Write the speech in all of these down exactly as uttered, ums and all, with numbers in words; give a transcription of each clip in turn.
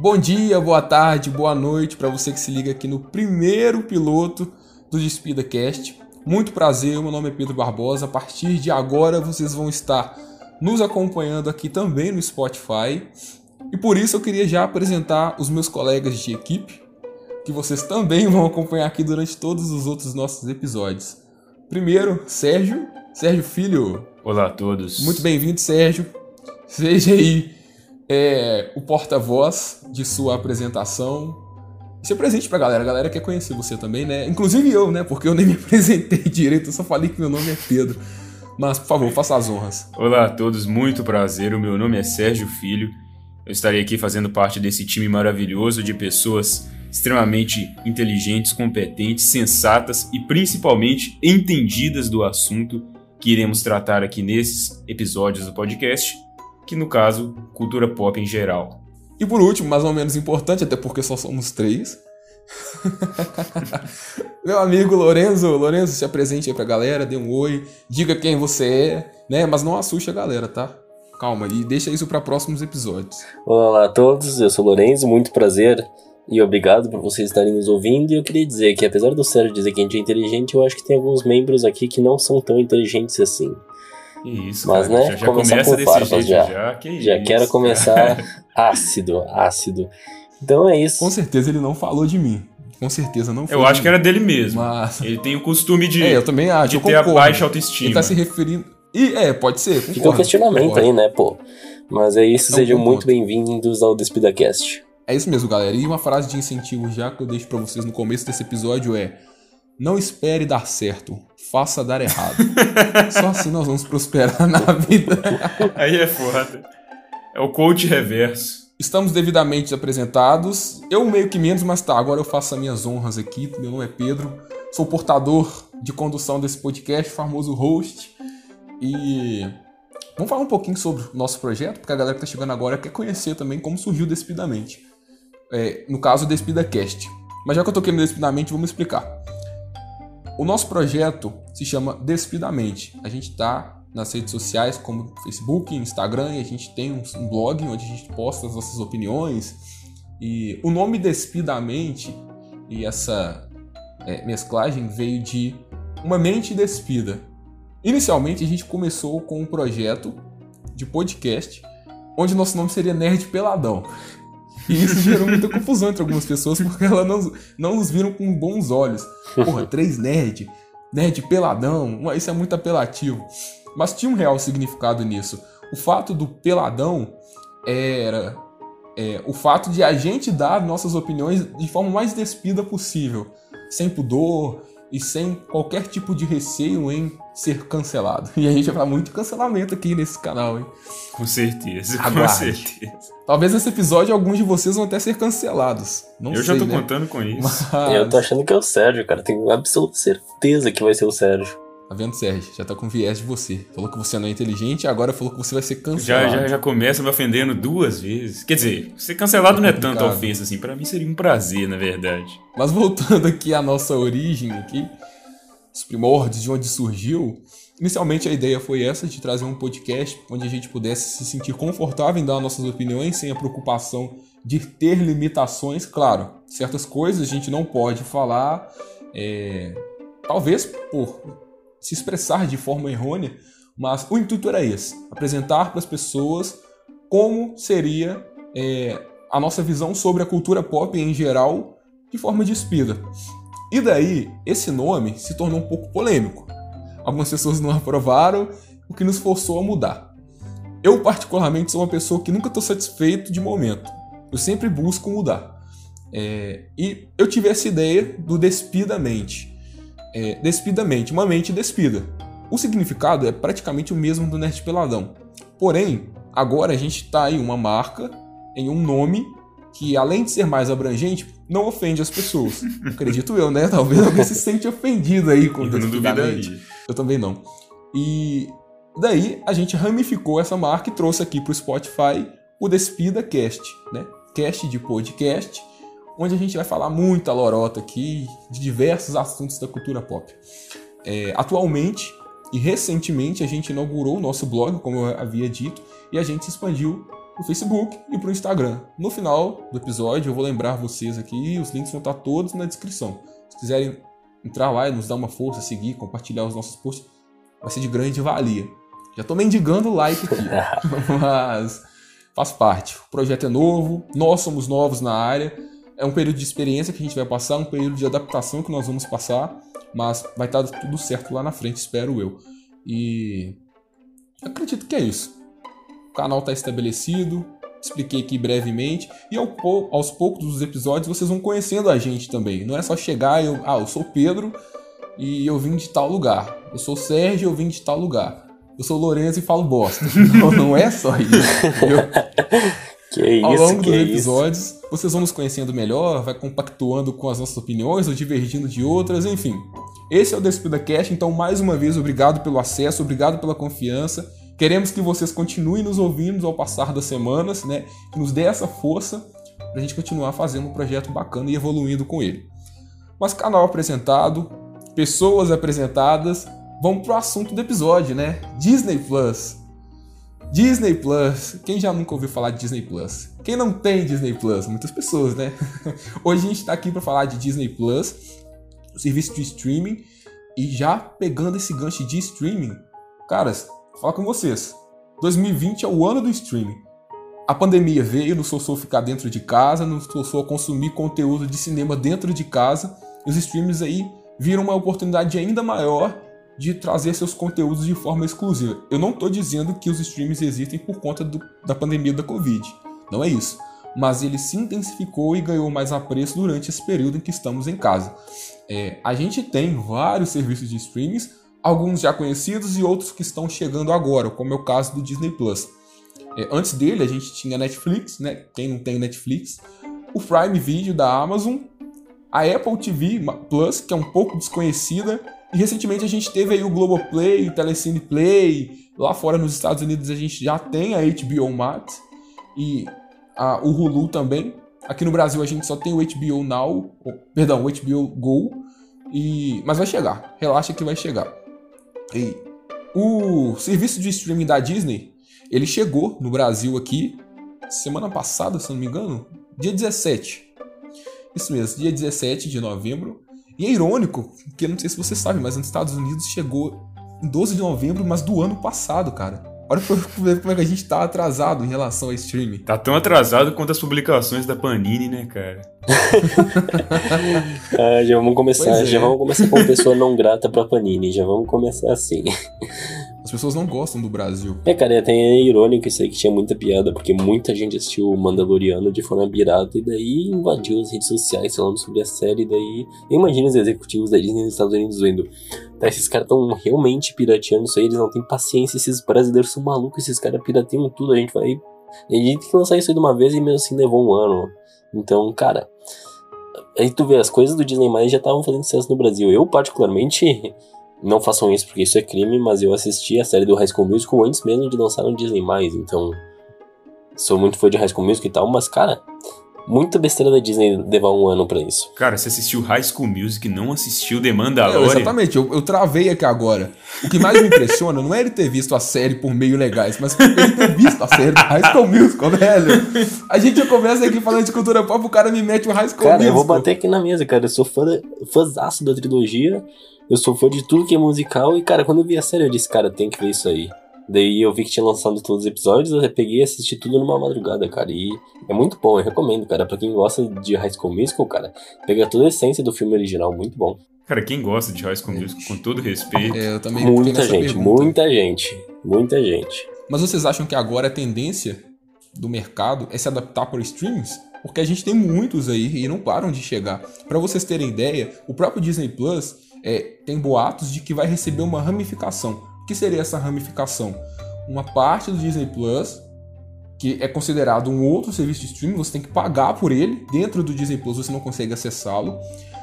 Bom dia, boa tarde, boa noite para você que se liga aqui no primeiro piloto do DespidaCast. Muito prazer, meu nome é Pedro Barbosa. A partir de agora vocês vão estar nos acompanhando aqui também no Spotify. E por isso eu queria já apresentar os meus colegas de equipe, que vocês também vão acompanhar aqui durante todos os outros nossos episódios. Primeiro, Sérgio. Sérgio Filho. Olá a todos. Muito bem-vindo, Sérgio. Seja aí é, o porta-voz de sua apresentação. Se apresente pra galera. A galera quer conhecer você também, né? Inclusive eu, né? Porque eu nem me apresentei direito. Eu só falei que meu nome é Pedro. Mas, por favor, faça as honras. Olá a todos. Muito prazer. O meu nome é Sérgio Filho. Eu estarei aqui fazendo parte desse time maravilhoso de pessoas extremamente inteligentes, competentes, sensatas e principalmente entendidas do assunto que iremos tratar aqui nesses episódios do podcast, que no caso, cultura pop em geral. E por último, mais ou menos importante, até porque só somos três, meu amigo Lorenzo. Lorenzo, se apresente aí pra galera, dê um oi, diga quem você é, né? Mas não assuste a galera, tá? Calma, e deixa isso para próximos episódios. Olá a todos, eu sou o Lorenzo, muito prazer e obrigado por vocês estarem nos ouvindo. E eu queria dizer que, apesar do Sérgio dizer que a gente é inteligente, eu acho que tem alguns membros aqui que não são tão inteligentes assim. Isso, mas, cara, né, já, já começar começa com desse farpas jeito já. Já, que já isso, quero começar ácido, ácido. Então é isso. Com certeza ele não falou de mim. Com certeza não foi. Eu acho que era dele mesmo. Mas... ele tem o costume de, é, eu também acho, de eu ter concordo. a baixa autoestima. Ele tá se referindo... E, é, pode ser, concordo. Fica um questionamento concordo. aí, né, pô. Mas é isso, É um sejam bom muito ponto. bem-vindos ao DespidaCast. É isso mesmo, galera. E uma frase de incentivo já que eu deixo pra vocês no começo desse episódio é: não espere dar certo, faça dar errado. Só assim nós vamos prosperar na vida. Aí é foda. É o coach reverso. Estamos devidamente apresentados. Eu meio que menos, mas tá, agora eu faço as minhas honras aqui. Meu nome é Pedro. Sou portador de condução desse podcast, famoso host. E vamos falar um pouquinho sobre o nosso projeto, porque a galera que tá chegando agora quer conhecer também como surgiu Despidamente. É, no caso, o DespidaCast. Mas já que eu toquei no Despidamente, vamos explicar. O nosso projeto se chama Despidamente. A gente tá nas redes sociais como Facebook, Instagram, e a gente tem um blog onde a gente posta as nossas opiniões. E o nome Despidamente e essa é, mesclagem veio de uma mente despida. Inicialmente a gente começou com um projeto de podcast onde nosso nome seria Nerd Peladão. E isso gerou muita confusão entre algumas pessoas porque elas não, não nos viram com bons olhos. Porra, três nerd, nerd peladão, isso é muito apelativo. Mas tinha um real significado nisso. O fato do peladão era é, o fato de a gente dar nossas opiniões de forma mais despida possível, sem pudor e sem qualquer tipo de receio em ser cancelado. E a gente vai falar muito de cancelamento aqui nesse canal, hein? Com certeza, Aguarde. com certeza. Talvez nesse episódio alguns de vocês vão até ser cancelados. Não Eu sei, já tô né? contando com isso. Mas... Eu tô achando que é o Sérgio, cara. Tenho absoluta certeza que vai ser o Sérgio. Tá vendo, Sérgio? Já tá com viés de você. Falou que você não é inteligente e agora falou que você vai ser Já, cancelado. já, já começa me ofendendo duas vezes. Quer dizer, ser cancelado não é tanta complicado. ofensa assim. Pra mim seria um prazer, na verdade. Mas voltando aqui à nossa origem, aqui, os primórdios de onde surgiu, inicialmente a ideia foi essa, de trazer um podcast onde a gente pudesse se sentir confortável em dar nossas opiniões sem a preocupação de ter limitações. Claro, certas coisas a gente não pode falar, é, talvez por se expressar de forma errônea, mas o intuito era esse, apresentar para as pessoas como seria é, a nossa visão sobre a cultura pop em geral de forma despida. E daí, esse nome se tornou um pouco polêmico. Algumas pessoas não aprovaram, o que nos forçou a mudar. Eu, particularmente, sou uma pessoa que nunca estou satisfeito de momento. Eu sempre busco mudar. É, e eu tive essa ideia do Despidamente. É, despidamente, uma mente despida. O significado é praticamente o mesmo do Nerd Peladão. Porém, agora a gente está aí uma marca em um nome que, além de ser mais abrangente, não ofende as pessoas. Acredito eu, né? Talvez alguém se sente ofendido aí com o Despidamente. Eu também não. E daí a gente ramificou essa marca e trouxe aqui para o Spotify o DespidaCast, né? Cast de podcast, onde a gente vai falar muita lorota aqui de diversos assuntos da cultura pop. É, atualmente e recentemente a gente inaugurou o nosso blog, como eu havia dito, e a gente expandiu pro Facebook e pro Instagram. No final do episódio eu vou lembrar vocês aqui, os links vão estar todos na descrição. Se quiserem entrar lá e nos dar uma força, seguir, compartilhar os nossos posts, vai ser de grande valia. Já tô mendigando o like aqui, mas faz parte. O projeto é novo, nós somos novos na área, é um período de experiência que a gente vai passar, um período de adaptação que nós vamos passar, mas vai estar tudo certo lá na frente, espero eu. E acredito que é isso. O canal está estabelecido, expliquei aqui brevemente, e ao, aos poucos dos episódios vocês vão conhecendo a gente também. Não é só chegar e eu, ah, eu sou o Pedro e eu vim de tal lugar. Eu sou o Sérgio e eu vim de tal lugar. Eu sou o Lourenço e falo bosta. Não, não é só isso. Que isso, Ao longo que dos isso. episódios, vocês vão nos conhecendo melhor, vai compactuando com as nossas opiniões ou divergindo de outras, enfim. Esse é o DespidaCast, então mais uma vez, obrigado pelo acesso, obrigado pela confiança. Queremos que vocês continuem nos ouvindo ao passar das semanas, né? Que nos dê essa força pra gente continuar fazendo um projeto bacana e evoluindo com ele. Mas canal apresentado, pessoas apresentadas, vamos pro assunto do episódio, né? Disney Plus. Disney Plus. Quem já nunca ouviu falar de Disney Plus? Quem não tem Disney Plus? Muitas pessoas, né? Hoje a gente tá aqui para falar de Disney Plus, o serviço de streaming, e já pegando esse gancho de streaming, caras, vou falar com vocês. dois mil e vinte é o ano do streaming. A pandemia veio, nos forçou a ficar dentro de casa, nos forçou a consumir conteúdo de cinema dentro de casa, e os streams aí viram uma oportunidade ainda maior de trazer seus conteúdos de forma exclusiva. Eu não estou dizendo que os streams existem por conta do, da pandemia da Covid. Não é isso. Mas ele se intensificou e ganhou mais apreço durante esse período em que estamos em casa. É, a gente tem vários serviços de streamings, alguns já conhecidos e outros que estão chegando agora, como é o caso do Disney Plus. É, antes dele a gente tinha Netflix, né? Quem não tem Netflix, o Prime Video da Amazon, a Apple T V Plus, que é um pouco desconhecida, e recentemente a gente teve aí o Globoplay, o Telecine Play, lá fora nos Estados Unidos a gente já tem a H B O Max e a, o Hulu também. Aqui no Brasil a gente só tem o H B O Now, ou, perdão, o H B O Go, e, mas vai chegar, relaxa que vai chegar. E o serviço de streaming da Disney, ele chegou no Brasil aqui semana passada, se não me engano, dia dezessete. Isso mesmo, dia dezessete de novembro. E é irônico, porque não sei se você sabe, mas nos Estados Unidos chegou em doze de novembro, mas do ano passado, cara. Olha como é que a gente tá atrasado em relação ao streaming. Tá tão atrasado quanto as publicações da Panini, né, cara? ah, já vamos começar, é. já vamos começar com pessoa não grata pra Panini, já vamos começar assim. As pessoas não gostam do Brasil. É, cara, até é irônico isso aí que tinha muita piada, porque muita gente assistiu o Mandaloriano de forma pirata e daí invadiu as redes sociais falando sobre a série, e daí eu imagino os executivos da Disney nos Estados Unidos vendo, tá, esses caras tão realmente pirateando isso aí, eles não têm paciência, esses brasileiros são malucos, esses caras pirateiam tudo, a gente vai... A gente tem que lançar isso aí de uma vez e mesmo assim levou um ano. Então, cara, aí tu vê, as coisas do Disney mais já estavam fazendo sucesso no Brasil. Eu, particularmente... Não façam isso porque isso é crime, mas eu assisti a série do High School Musical antes mesmo de lançar no Disney mais, então sou muito fã de High School Musical e tal, mas cara, muita besteira da Disney levar um ano pra isso. Cara, você assistiu High School Music e não assistiu The Mandalorian? É, exatamente, eu, eu travei aqui agora. O que mais me impressiona não é ele ter visto a série por meio legais, mas ele ter visto a série do High School Musical, velho. A gente já começa aqui falando de cultura pop, o cara me mete o High School cara, Musical. Cara, eu vou bater aqui na mesa, cara, eu sou fã da, fãzaço da trilogia. Eu sou fã de tudo que é musical e, cara, quando eu vi a série eu disse, cara, tem que ver isso aí. Daí eu vi que tinha lançado todos os episódios, eu peguei e assisti tudo numa madrugada, cara. E é muito bom, eu recomendo, cara. Pra quem gosta de High School Musical, cara, pega toda a essência do filme original, muito bom. Cara, quem gosta de High School Musical, com todo respeito... É, eu também muita gente, pergunta. muita gente, muita gente. Mas vocês acham que agora a tendência do mercado é se adaptar para streams? Porque a gente tem muitos aí e não param de chegar. Pra vocês terem ideia, o próprio Disney Plus... É, tem boatos de que vai receber uma ramificação. O que seria essa ramificação? Uma parte do Disney Plus, que é considerado um outro serviço de streaming, você tem que pagar por ele. Dentro do Disney Plus você não consegue acessá-lo.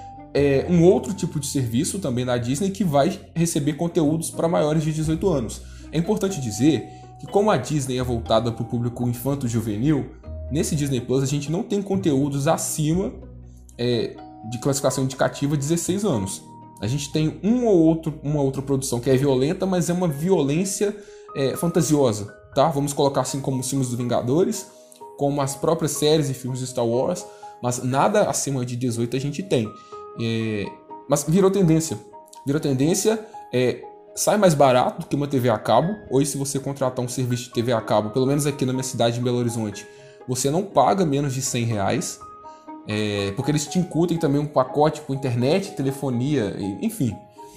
É um outro tipo de serviço também da Disney que vai receber conteúdos para maiores de dezoito anos. É importante dizer que como a Disney é voltada para o público infanto-juvenil, nesse Disney Plus a gente não tem conteúdos acima é, de classificação indicativa dezesseis anos. A gente tem um ou outro, uma outra produção que é violenta, mas é uma violência é, fantasiosa. tá? Vamos colocar assim como os filmes dos Vingadores, como as próprias séries e filmes de Star Wars, mas nada acima de dezoito a gente tem. É... Mas virou tendência. Virou tendência, é... sai mais barato do que uma T V a cabo. Hoje, se você contratar um serviço de T V a cabo, pelo menos aqui na minha cidade, em Belo Horizonte, você não paga menos de cem reais. É, porque eles te incutem também um pacote com internet, telefonia, enfim.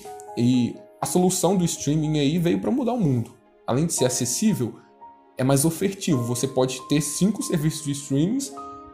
E a solução do streaming aí veio para mudar o mundo. Além de ser acessível, é mais ofertivo. Você pode ter cinco serviços de streamings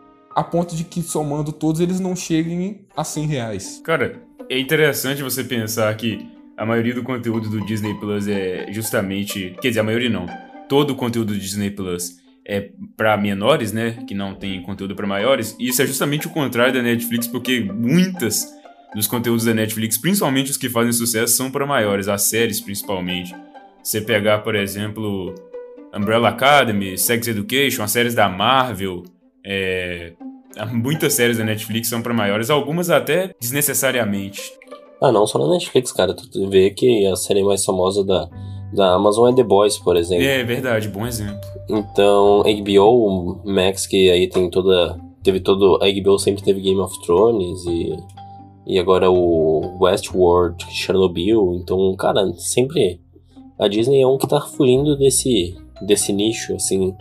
a ponto de que, somando todos, eles não cheguem a cem reais. Cara, é interessante você pensar que a maioria do conteúdo do Disney Plus é justamente... Quer dizer, a maioria não. Todo o conteúdo do Disney Plus é para menores, né, que não tem conteúdo para maiores, e isso é justamente o contrário da Netflix, porque muitas dos conteúdos da Netflix, principalmente os que fazem sucesso, são para maiores, as séries principalmente. Você pegar, por exemplo, Umbrella Academy, Sex Education, as séries da Marvel, é... muitas séries da Netflix são para maiores, algumas até desnecessariamente. Ah, não só na Netflix, cara, tu vê que a série mais famosa da, da Amazon é The Boys, por exemplo. É verdade, bom exemplo. Então, H B O, Max, que aí tem toda... Teve todo... A H B O sempre teve Game of Thrones e... E agora o Westworld, Chernobyl. Então, cara, sempre... A Disney é um que tá fugindo desse... Desse nicho, assim...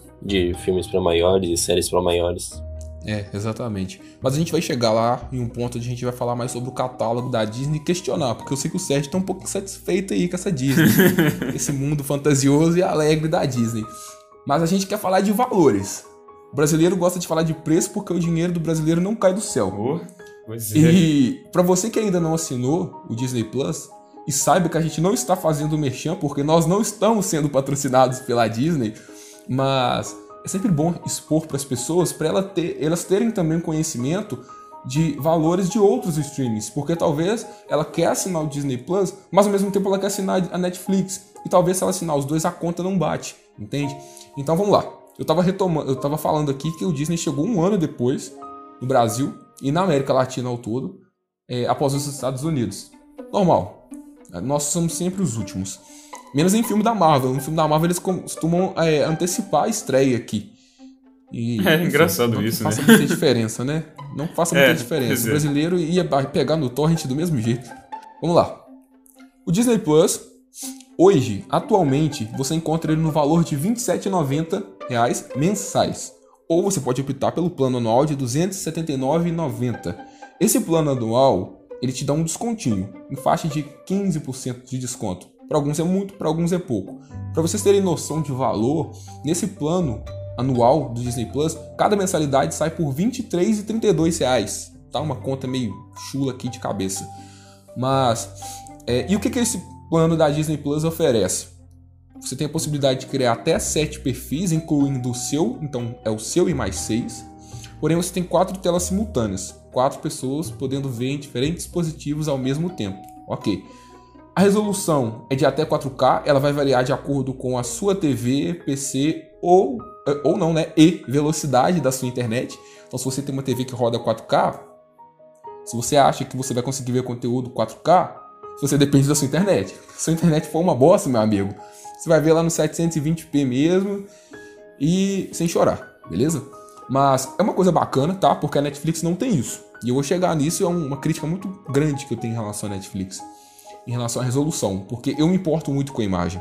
De filmes pra maiores e séries pra maiores. É, exatamente. Mas a gente vai chegar lá em um ponto onde a gente vai falar mais sobre o catálogo da Disney e questionar, porque eu sei que o Sérgio tá um pouco insatisfeito aí com essa Disney. Esse mundo fantasioso e alegre da Disney. Mas a gente quer falar de valores. O brasileiro gosta de falar de preço porque o dinheiro do brasileiro não cai do céu. Oh, pois é. E pra você que ainda não assinou o Disney Plus, e saiba que a gente não está fazendo merchan, porque nós não estamos sendo patrocinados pela Disney, mas... É sempre bom expor para as pessoas, para ela ter, elas terem também conhecimento de valores de outros streamings, porque talvez ela quer assinar o Disney Plus, mas ao mesmo tempo ela quer assinar a Netflix, e talvez se ela assinar os dois a conta não bate, entende? Então vamos lá, eu estava retomando, eu estava falando aqui que o Disney chegou um ano depois no Brasil e na América Latina ao todo, é, após os Estados Unidos. Normal, nós somos sempre os últimos. Menos em filme da Marvel. No filme da Marvel eles costumam é, antecipar a estreia aqui. E, é enfim, engraçado não isso, né? Não faça muita diferença, né? Não faça muita é, diferença. é. O brasileiro ia pegar no torrent do mesmo jeito. Vamos lá. O Disney Plus, hoje, atualmente, você encontra ele no valor de vinte e sete reais e noventa centavos mensais. Ou você pode optar pelo plano anual de duzentos e setenta e nove reais e noventa centavos. Esse plano anual, ele te dá um descontinho, em faixa de quinze por cento de desconto. Para alguns é muito, para alguns é pouco. Para vocês terem noção de valor, nesse plano anual do Disney Plus, cada mensalidade sai por vinte e três reais e trinta e dois centavos. Tá uma conta meio chula aqui de cabeça. Mas, é, e o que, que esse plano da Disney Plus oferece? Você tem a possibilidade de criar até sete perfis, incluindo o seu, então é o seu e mais seis. Porém, você tem quatro telas simultâneas. Quatro pessoas podendo ver em diferentes dispositivos ao mesmo tempo. Ok. A resolução é de até quatro K, ela vai variar de acordo com a sua T V, P C ou, ou não, né? E velocidade da sua internet. Então, se você tem uma T V que roda quatro K, se você acha que você vai conseguir ver conteúdo quatro K, você depende da sua internet. Se a sua internet for uma bosta, meu amigo, você vai ver lá no setecentos e vinte p mesmo e sem chorar, beleza? Mas é uma coisa bacana, tá? Porque a Netflix não tem isso. E eu vou chegar nisso, é uma crítica muito grande que eu tenho em relação à Netflix. Em relação à resolução, porque eu me importo muito com a imagem.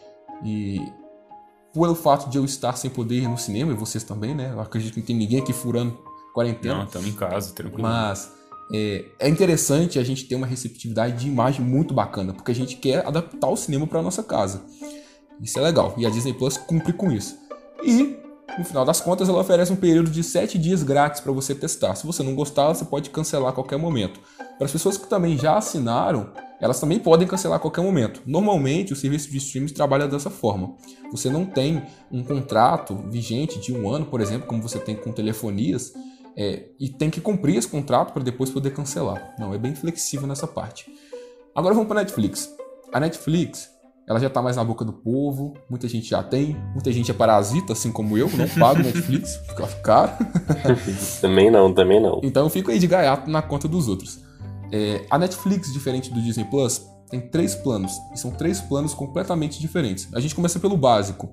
E pelo fato de eu estar sem poder ir no cinema, e vocês também, né? Eu acredito que não tem ninguém aqui furando quarentena. Não, estamos em casa, tranquilo. Mas é, é interessante a gente ter uma receptividade de imagem muito bacana, porque a gente quer adaptar o cinema para nossa casa. Isso é legal, e a Disney Plus cumpre com isso. E, no final das contas, ela oferece um período de sete dias grátis para você testar. Se você não gostar, você pode cancelar a qualquer momento. Para as pessoas que também já assinaram, elas também podem cancelar a qualquer momento. Normalmente, o serviço de streaming trabalha dessa forma. Você não tem um contrato vigente de um ano, por exemplo, como você tem com telefonias, é, e tem que cumprir esse contrato para depois poder cancelar. Não, é bem flexível nessa parte. Agora vamos para a Netflix. A Netflix, ela já está mais na boca do povo, muita gente já tem, muita gente é parasita, assim como eu, não pago Netflix, fica caro. Também não, também não. Então eu fico aí de gaiato na conta dos outros. É, a Netflix, diferente do Disney Plus, tem três planos, e são três planos completamente diferentes. A gente começa pelo básico.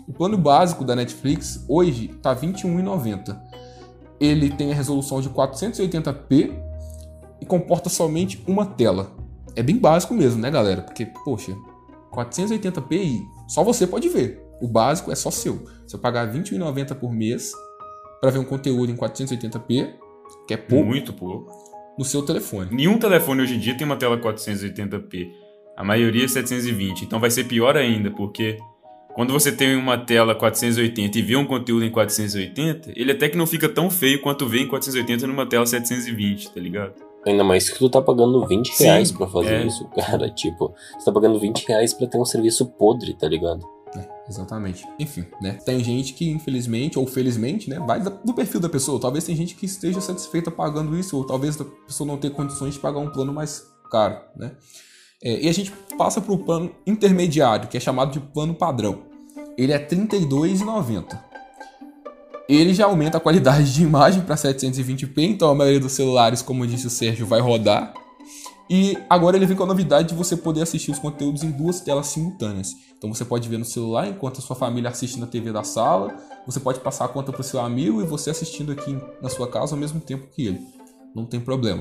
O plano básico da Netflix hoje tá vinte e um reais e noventa centavos. Ele tem a resolução de quatrocentos e oitenta p e comporta somente uma tela. É bem básico mesmo, né, galera? Porque, poxa, quatrocentos e oitenta p e só você pode ver. O básico é só seu. Você vai pagar vinte e um reais e noventa centavos por mês para ver um conteúdo em quatrocentos e oitenta p, que é pouco. Muito pouco. No seu telefone. Nenhum telefone hoje em dia tem uma tela quatrocentos e oitenta p. A maioria é setecentos e vinte. Então vai ser pior ainda, porque quando você tem uma tela quatrocentos e oitenta e vê um conteúdo em quatrocentos e oitenta, ele até que não fica tão feio quanto vê em quatrocentos e oitenta numa tela setecentos e vinte, tá ligado? Ainda mais que tu tá pagando vinte reais pra fazer é. isso, cara. Tipo, você tá pagando vinte reais pra ter um serviço podre, tá ligado? É, exatamente. Enfim, né? Tem gente que, infelizmente, ou felizmente, né? Vai do perfil da pessoa. Talvez tem gente que esteja satisfeita pagando isso, ou talvez a pessoa não tenha condições de pagar um plano mais caro, né? É, e a gente passa para o plano intermediário, que é chamado de plano padrão. Ele é trinta e dois reais e noventa centavos. Ele já aumenta a qualidade de imagem para setecentos e vinte p, então a maioria dos celulares, como disse o Sérgio, vai rodar. E agora ele vem com a novidade de você poder assistir os conteúdos em duas telas simultâneas. Então você pode ver no celular enquanto a sua família assiste na T V da sala, você pode passar a conta para o seu amigo e você assistindo aqui na sua casa ao mesmo tempo que ele. Não tem problema.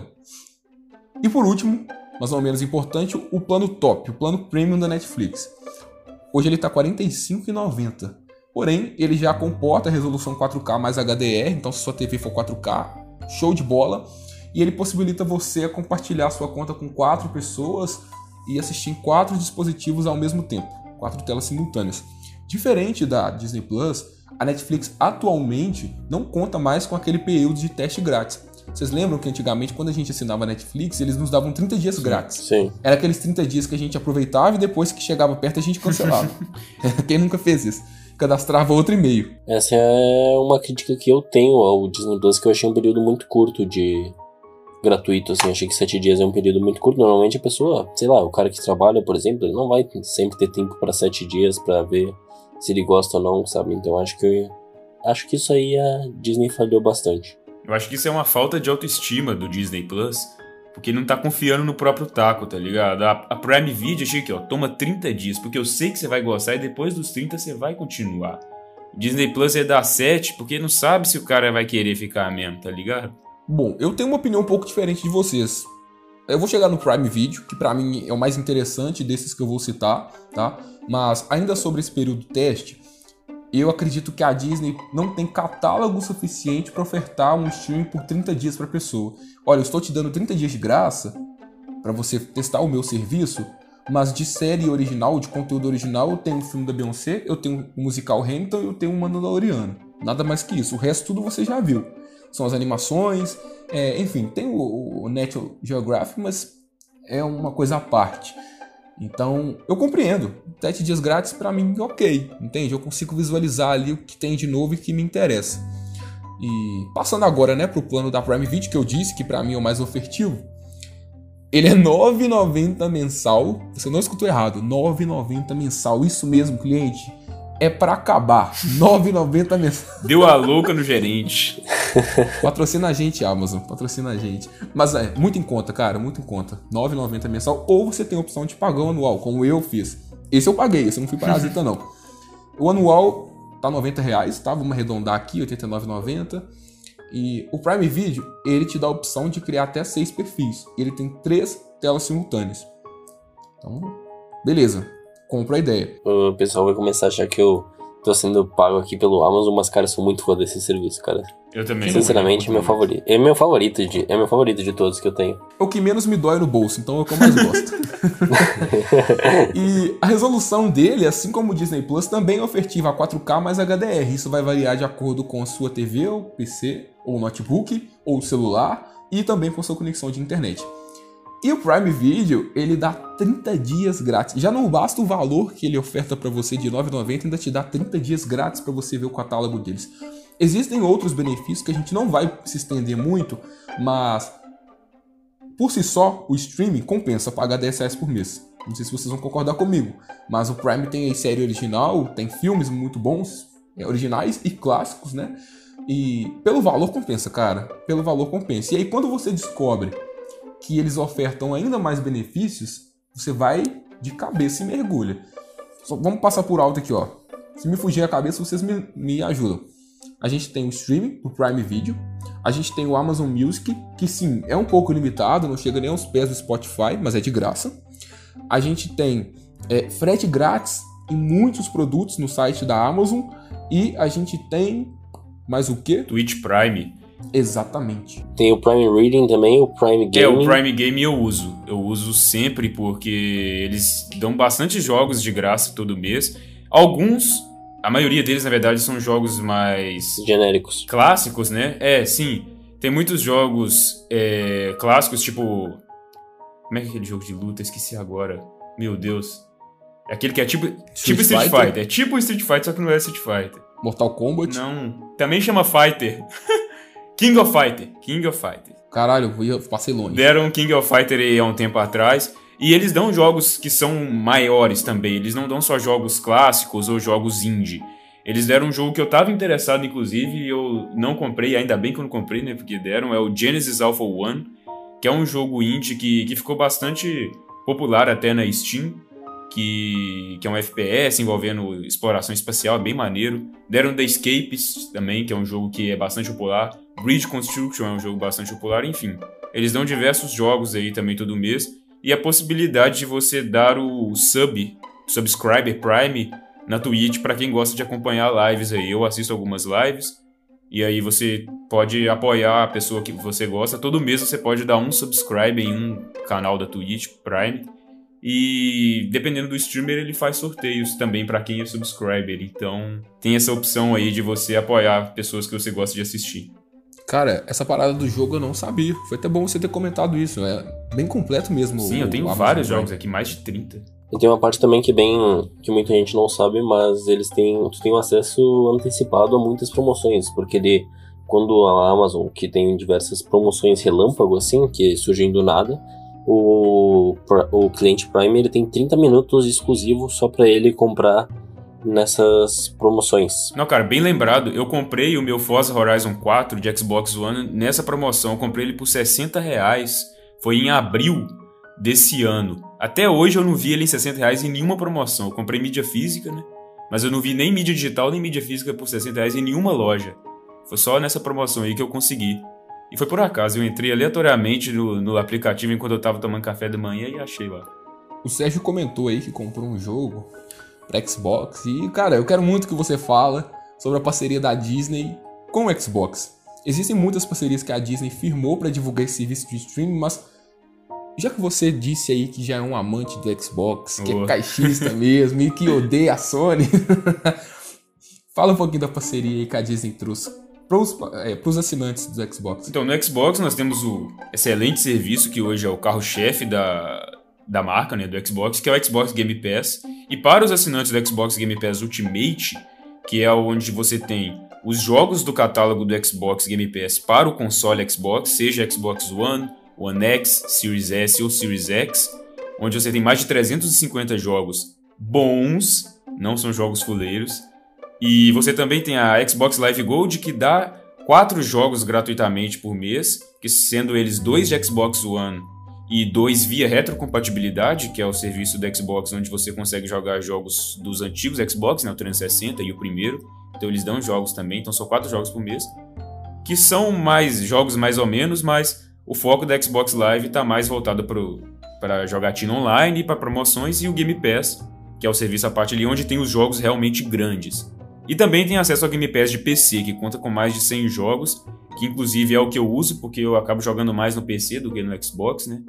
E por último, mas não menos importante, o plano top, o plano premium da Netflix. Hoje ele está quarenta e cinco reais e noventa centavos. Porém, ele já comporta a resolução quatro K mais H D R, então se sua T V for quatro K, show de bola. E ele possibilita você compartilhar sua conta com quatro pessoas e assistir em quatro dispositivos ao mesmo tempo, quatro telas simultâneas. Diferente da Disney Plus, a Netflix atualmente não conta mais com aquele período de teste grátis. Vocês lembram que antigamente, quando a gente assinava a Netflix, eles nos davam trinta dias grátis? Sim. Era aqueles trinta dias que a gente aproveitava e depois que chegava perto a gente cancelava. Quem nunca fez isso? Cadastrava outro e-mail. Essa é uma crítica que eu tenho ao Disney Plus, que eu achei um período muito curto de gratuito, assim. Achei que sete dias é um período muito curto. Normalmente a pessoa, sei lá, o cara que trabalha, por exemplo, ele não vai sempre ter tempo para sete dias para ver se ele gosta ou não, sabe? Então acho que acho que isso aí a Disney falhou bastante. Eu acho que isso é uma falta de autoestima do Disney Plus, porque ele não tá confiando no próprio taco, tá ligado? A, a Prime Video, achei aqui, ó, toma trinta dias, porque eu sei que você vai gostar e depois dos trinta você vai continuar. Disney Plus é dar sete, porque não sabe se o cara vai querer ficar mesmo, tá ligado? Bom, eu tenho uma opinião um pouco diferente de vocês. Eu vou chegar no Prime Video, que pra mim é o mais interessante desses que eu vou citar, tá? Mas ainda sobre esse período de teste, eu acredito que a Disney não tem catálogo suficiente para ofertar um streaming por trinta dias para pessoa. Olha, eu estou te dando trinta dias de graça para você testar o meu serviço, mas de série original, de conteúdo original, eu tenho o filme da Beyoncé, eu tenho o musical Hamilton e eu tenho o Mandaloriano. Nada mais que isso. O resto tudo você já viu. São as animações, é, enfim, tem o, o National Geographic, mas é uma coisa à parte. Então, eu compreendo. Sete dias grátis pra mim, ok, entende? Eu consigo visualizar ali o que tem de novo e que me interessa. E passando agora, né, pro plano da Prime Video, que eu disse que pra mim é o mais ofertivo. Ele é nove reais e noventa centavos mensal. Você não escutou errado, nove reais e noventa centavos mensal. Isso mesmo, cliente. É pra acabar. nove reais e noventa centavos mensal. Deu a louca no gerente. Patrocina a gente, Amazon. Patrocina a gente. Mas é muito em conta, cara. Muito em conta. nove reais e noventa centavos mensal. Ou você tem a opção de pagar o anual, como eu fiz. Esse eu paguei. Esse eu não fui parasita, não. O anual tá noventa reais, tá? Vamos arredondar aqui. oitenta e nove reais e noventa centavos. E o Prime Video, ele te dá a opção de criar até seis perfis. Ele tem três telas simultâneas. Então, beleza. Compra a ideia. O pessoal vai começar a achar que eu tô sendo pago aqui pelo Amazon, mas, cara, eu sou muito fã desse serviço, cara. Eu também. Sinceramente, é meu favorito. É meu favorito de, é meu favorito de todos que eu tenho. É o que menos me dói no bolso, então é o que eu mais gosto. E a resolução dele, assim como o Disney Plus, também é ofertiva a quatro K mais H D R. Isso vai variar de acordo com a sua T V, ou P C, ou notebook, ou celular, e também com a sua conexão de internet. E o Prime Video, ele dá trinta dias grátis. Já não basta o valor que ele oferta para você de nove reais e noventa centavos, ainda te dá trinta dias grátis para você ver o catálogo deles. Existem outros benefícios que a gente não vai se estender muito, mas por si só, o streaming compensa pagar dez reais por mês. Não sei se vocês vão concordar comigo, mas o Prime tem a série original, tem filmes muito bons, originais e clássicos, né? E pelo valor compensa, cara. Pelo valor compensa. E aí quando você descobre que eles ofertam ainda mais benefícios, você vai de cabeça e mergulha. Só vamos passar por alto aqui, ó. Se me fugir a cabeça, vocês me, me ajudam. A gente tem o streaming, o Prime Video. A gente tem o Amazon Music, que sim, é um pouco limitado, não chega nem aos pés do Spotify, mas é de graça. A gente tem é, frete grátis em muitos produtos no site da Amazon. E a gente tem mais o quê? Twitch Prime. Exatamente. Tem o Prime Reading também, o Prime Gaming. É, o Prime Game eu uso. Eu uso sempre porque eles dão bastante jogos de graça todo mês. Alguns, a maioria deles, na verdade, são jogos mais... genéricos. Clássicos, né? É, sim. Tem muitos jogos é, clássicos, tipo... Como é que é aquele jogo de luta? Esqueci agora. Meu Deus. É aquele que é tipo Street, tipo Street Fighter. Fighter. É tipo Street Fighter, só que não é Street Fighter. Mortal Kombat? Não. Também chama Fighter. King of Fighter. King of Fighter. Caralho, eu passei longe. Deram King of Fighter aí há um tempo atrás. E eles dão jogos que são maiores também. Eles não dão só jogos clássicos ou jogos indie. Eles deram um jogo que eu tava interessado, inclusive, e eu não comprei. Ainda bem que eu não comprei, né? Porque deram. É o Genesis Alpha One. Que é um jogo indie que, que ficou bastante popular até na Steam. Que, que é um F P S envolvendo exploração espacial, é bem maneiro. Deram The Escapes também, que é um jogo que é bastante popular. Bridge Construction é um jogo bastante popular, enfim. Eles dão diversos jogos aí também todo mês. E a possibilidade de você dar o sub, subscriber Prime, na Twitch para quem gosta de acompanhar lives aí. Eu assisto algumas lives, e aí você pode apoiar a pessoa que você gosta. Todo mês você pode dar um subscribe em um canal da Twitch Prime. E dependendo do streamer, ele faz sorteios também para quem é subscriber. Então tem essa opção aí de você apoiar pessoas que você gosta de assistir. Cara, essa parada do jogo eu não sabia. Foi até bom você ter comentado isso. É bem completo mesmo. Sim, o, eu tenho vários jogos aqui, mais de trinta. E tem uma parte também que é bem... que muita gente não sabe, mas eles têm... tu tem um acesso antecipado a muitas promoções. Porque ele... quando a Amazon, que tem diversas promoções relâmpago, assim, que surgem do nada... O, o cliente Prime ele tem trinta minutos exclusivos só pra ele comprar nessas promoções. Não, cara, bem lembrado, eu comprei o meu Forza Horizon quatro de Xbox One nessa promoção. Eu comprei ele por sessenta reais, foi em abril desse ano. Até hoje eu não vi ele em sessenta reais em nenhuma promoção. Eu comprei mídia física, né? Mas eu não vi nem mídia digital nem mídia física por sessenta reais em nenhuma loja. Foi só nessa promoção aí que eu consegui. E foi por acaso, eu entrei aleatoriamente no, no aplicativo enquanto eu tava tomando café da manhã e achei lá. O Sérgio comentou aí que comprou um jogo pra Xbox e, cara, eu quero muito que você fala sobre a parceria da Disney com o Xbox. Existem muitas parcerias que a Disney firmou pra divulgar esse serviço de streaming, mas já que você disse aí que já é um amante do Xbox, que oh. é caixista mesmo e que odeia a Sony, fala um pouquinho da parceria aí que a Disney trouxe para os é, assinantes do Xbox. Então, no Xbox nós temos o excelente serviço que hoje é o carro-chefe da, da marca, né, do Xbox, que é o Xbox Game Pass. E para os assinantes do Xbox Game Pass Ultimate, que é onde você tem os jogos do catálogo do Xbox Game Pass para o console Xbox, seja Xbox One, One X, Series S ou Series X, onde você tem mais de trezentos e cinquenta jogos bons, não são jogos fuleiros. E você também tem a Xbox Live Gold, que dá quatro jogos gratuitamente por mês, que sendo eles dois de Xbox One e dois via retrocompatibilidade, que é o serviço do Xbox, onde você consegue jogar jogos dos antigos Xbox, né, o trezentos e sessenta e o primeiro. Então eles dão jogos também, então são quatro jogos por mês, que são mais jogos mais ou menos, mas o foco da Xbox Live está mais voltado para jogatina online, para promoções, e o Game Pass, que é o serviço à parte ali, onde tem os jogos realmente grandes. E também tem acesso ao Game Pass de P C, que conta com mais de cem jogos, que inclusive é o que eu uso, porque eu acabo jogando mais no P C do que no Xbox, né?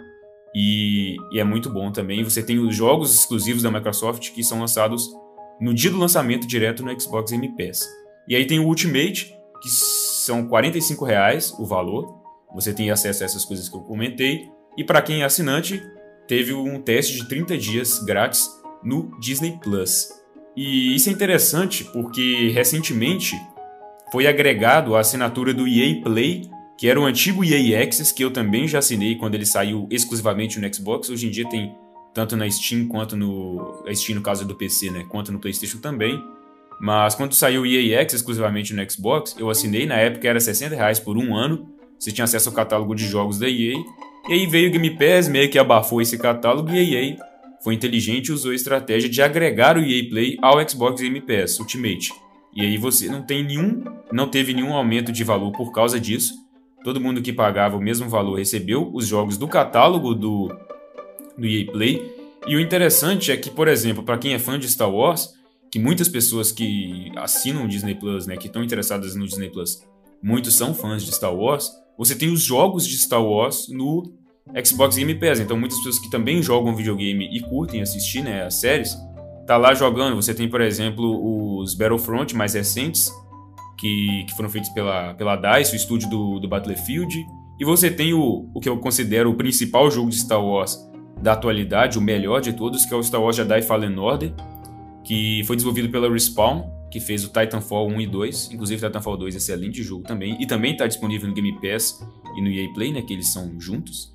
E, e é muito bom também. Você tem os jogos exclusivos da Microsoft que são lançados no dia do lançamento direto no Xbox Game Pass. E aí tem o Ultimate, que são quarenta e cinco reais o valor. Você tem acesso a essas coisas que eu comentei. E para quem é assinante, teve um teste de trinta dias grátis no Disney Plus. E isso é interessante porque recentemente foi agregado a assinatura do E A Play, que era o antigo E A Access, que eu também já assinei quando ele saiu exclusivamente no Xbox. Hoje em dia tem tanto na Steam quanto no... A Steam no caso do P C, né? Quanto no PlayStation também. Mas quando saiu o E A Access exclusivamente no Xbox, eu assinei. Na época era sessenta reais por um ano. Você tinha acesso ao catálogo de jogos da E A. E aí veio o Game Pass, meio que abafou esse catálogo, e a E A foi inteligente e usou a estratégia de agregar o E A Play ao Xbox Game Pass Ultimate. E aí você não tem nenhum, não teve nenhum aumento de valor por causa disso. Todo mundo que pagava o mesmo valor recebeu os jogos do catálogo do, do E A Play. E o interessante é que, por exemplo, para quem é fã de Star Wars, que muitas pessoas que assinam o Disney Plus, né, que estão interessadas no Disney Plus, muitos são fãs de Star Wars, você tem os jogos de Star Wars no Xbox Game Pass. Então muitas pessoas que também jogam videogame e curtem assistir, né, as séries, tá lá jogando. Você tem, por exemplo, os Battlefront mais recentes, que, que foram feitos pela, pela DICE, o estúdio do, do Battlefield. E você tem o, o que eu considero o principal jogo de Star Wars da atualidade, o melhor de todos, que é o Star Wars Jedi Fallen Order, que foi desenvolvido pela Respawn, que fez o Titanfall um e dois. Inclusive, Titanfall dois é excelente jogo também. E também está disponível no Game Pass e no E A Play, né, que eles são juntos.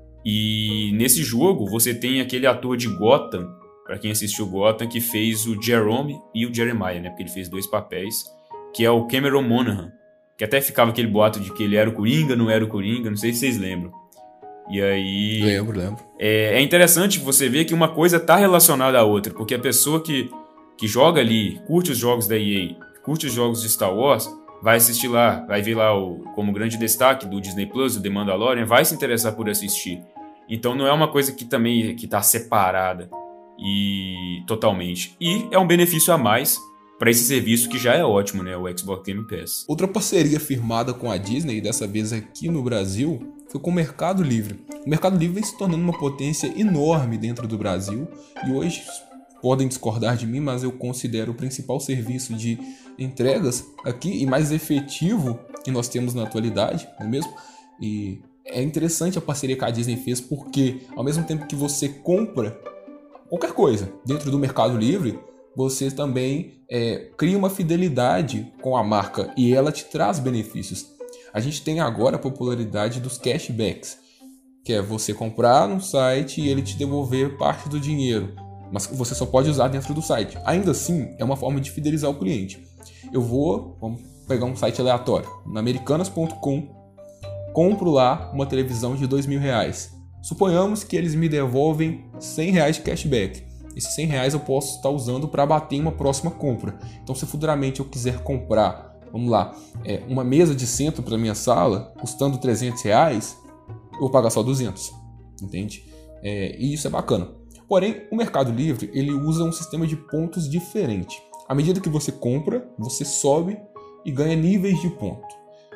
E nesse jogo, você tem aquele ator de Gotham, para quem assistiu Gotham, que fez o Jerome e o Jeremiah, né, porque ele fez dois papéis, que é o Cameron Monaghan, que até ficava aquele boato de que ele era o Coringa, não era o Coringa, não sei se vocês lembram. E aí... Lembro, lembro. É, é interessante você ver que uma coisa está relacionada à outra, porque a pessoa que, que joga ali, curte os jogos da E A, curte os jogos de Star Wars, vai assistir lá, vai ver lá o, como grande destaque do Disney Plus, o The Mandalorian, vai se interessar por assistir. Então não é uma coisa que também que está separada e totalmente. E é um benefício a mais para esse serviço que já é ótimo, né, o Xbox Game Pass. Outra parceria firmada com a Disney, dessa vez aqui no Brasil, foi com o Mercado Livre. O Mercado Livre vem se tornando uma potência enorme dentro do Brasil e hoje podem discordar de mim, mas eu considero o principal serviço de entregas aqui e mais efetivo que nós temos na atualidade, não é mesmo? E é interessante a parceria que a Disney fez porque ao mesmo tempo que você compra qualquer coisa dentro do Mercado Livre, você também é, cria uma fidelidade com a marca e ela te traz benefícios. A gente tem agora a popularidade dos cashbacks, que é você comprar no site e ele te devolver parte do dinheiro, mas você só pode usar dentro do site. Ainda assim, é uma forma de fidelizar o cliente. Eu vou, vamos pegar um site aleatório, na americanas ponto com, compro lá uma televisão de dois mil reais. Suponhamos que eles me devolvem cem reais de cashback. Esses cem reais eu posso estar usando para bater em uma próxima compra. Então, se futuramente eu quiser comprar, vamos lá, é, uma mesa de centro para minha sala, custando trezentos reais, eu vou pagar só duzentos, entende? É, e isso é bacana. Porém, o Mercado Livre ele usa um sistema de pontos diferente. À medida que você compra, você sobe e ganha níveis de ponto.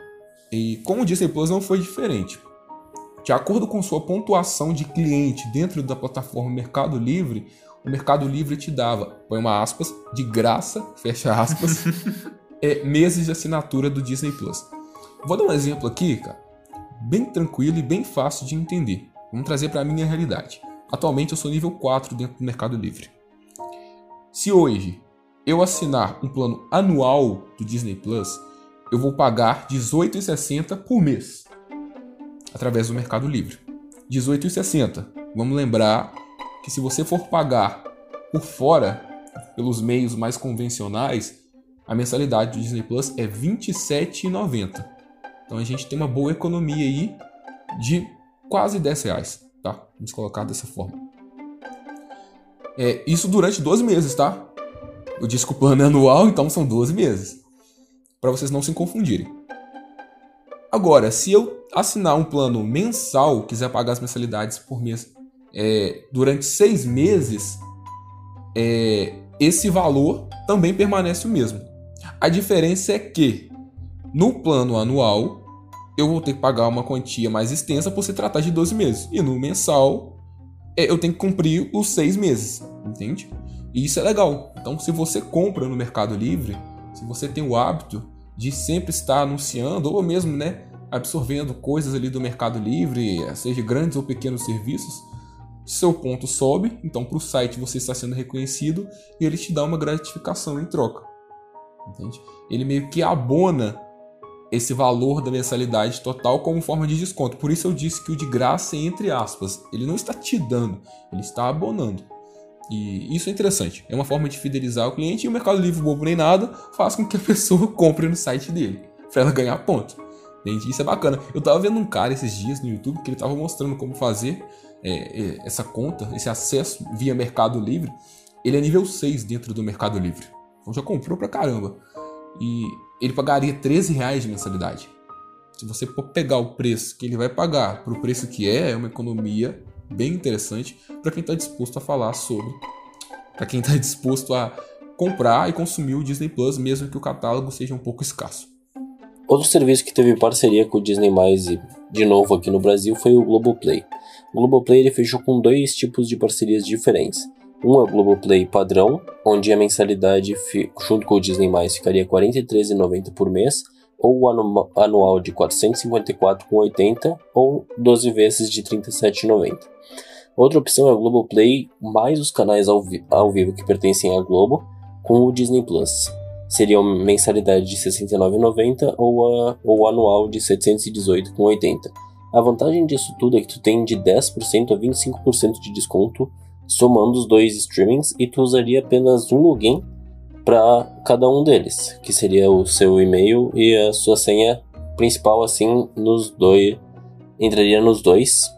E com o Disney Plus não foi diferente. De acordo com sua pontuação de cliente dentro da plataforma Mercado Livre, o Mercado Livre te dava, põe uma aspas, de graça, fecha aspas, é, meses de assinatura do Disney Plus. Vou dar um exemplo aqui, cara, bem tranquilo e bem fácil de entender. Vamos trazer para a minha realidade. Atualmente eu sou nível quatro dentro do Mercado Livre. Se hoje eu assinar um plano anual do Disney Plus, eu vou pagar dezoito reais e sessenta centavos por mês, através do Mercado Livre. dezoito reais e sessenta centavos. Vamos lembrar que se você for pagar por fora, pelos meios mais convencionais, a mensalidade do Disney Plus é vinte e sete reais e noventa centavos. Então a gente tem uma boa economia aí de quase dez reais, tá? Vamos colocar dessa forma. É, isso durante doze meses, tá? Eu disse que o plano é anual, então são doze meses. Para vocês não se confundirem. Agora, se eu assinar um plano mensal, quiser pagar as mensalidades por mês é, durante seis meses, é, esse valor também permanece o mesmo. A diferença é que no plano anual eu vou ter que pagar uma quantia mais extensa por se tratar de doze meses. E no mensal é, eu tenho que cumprir os seis meses, entende? E isso é legal. Então, se você compra no Mercado Livre, se você tem o hábito de sempre estar anunciando ou mesmo, né, absorvendo coisas ali do Mercado Livre, seja grandes ou pequenos serviços, seu ponto sobe, então para o site você está sendo reconhecido e ele te dá uma gratificação em troca, entende? Ele meio que abona esse valor da mensalidade total como forma de desconto. Por isso eu disse que o de graça é entre aspas, ele não está te dando, ele está abonando. E isso é interessante, é uma forma de fidelizar o cliente e o Mercado Livre, bobo nem nada, faz com que a pessoa compre no site dele, para ela ganhar ponto. Entende? Isso é bacana. Eu tava vendo um cara esses dias no YouTube que ele tava mostrando como fazer é, é, essa conta, esse acesso via Mercado Livre. Ele é nível seis dentro do Mercado Livre. Então já comprou pra caramba. E ele pagaria treze reais de mensalidade. Se você for pegar o preço que ele vai pagar pro preço que é, é uma economia bem interessante para quem tá disposto a falar sobre, para quem tá disposto a comprar e consumir o Disney Plus, mesmo que o catálogo seja um pouco escasso. Outro serviço que teve parceria com o Disney+, e de novo aqui no Brasil, foi o Globoplay. O Globoplay ele fechou com dois tipos de parcerias diferentes. Um é o Globoplay padrão, onde a mensalidade junto com o Disney+, ficaria quarenta e três reais e noventa centavos por mês, ou o anual de quatrocentos e cinquenta e quatro reais e oitenta centavos, ou doze vezes de trinta e sete reais e noventa centavos. Outra opção é o Globoplay mais os canais ao, vi- ao vivo que pertencem à Globo, com o Disney Plus. Seria uma mensalidade de sessenta e nove reais e noventa centavos ou, a, ou anual de setecentos e dezoito reais e oitenta centavos. A vantagem disso tudo é que tu tem de dez por cento a vinte e cinco por cento de desconto somando os dois streamings, e tu usaria apenas um login para cada um deles, que seria o seu e-mail e a sua senha principal, assim, nos dois, entraria nos dois,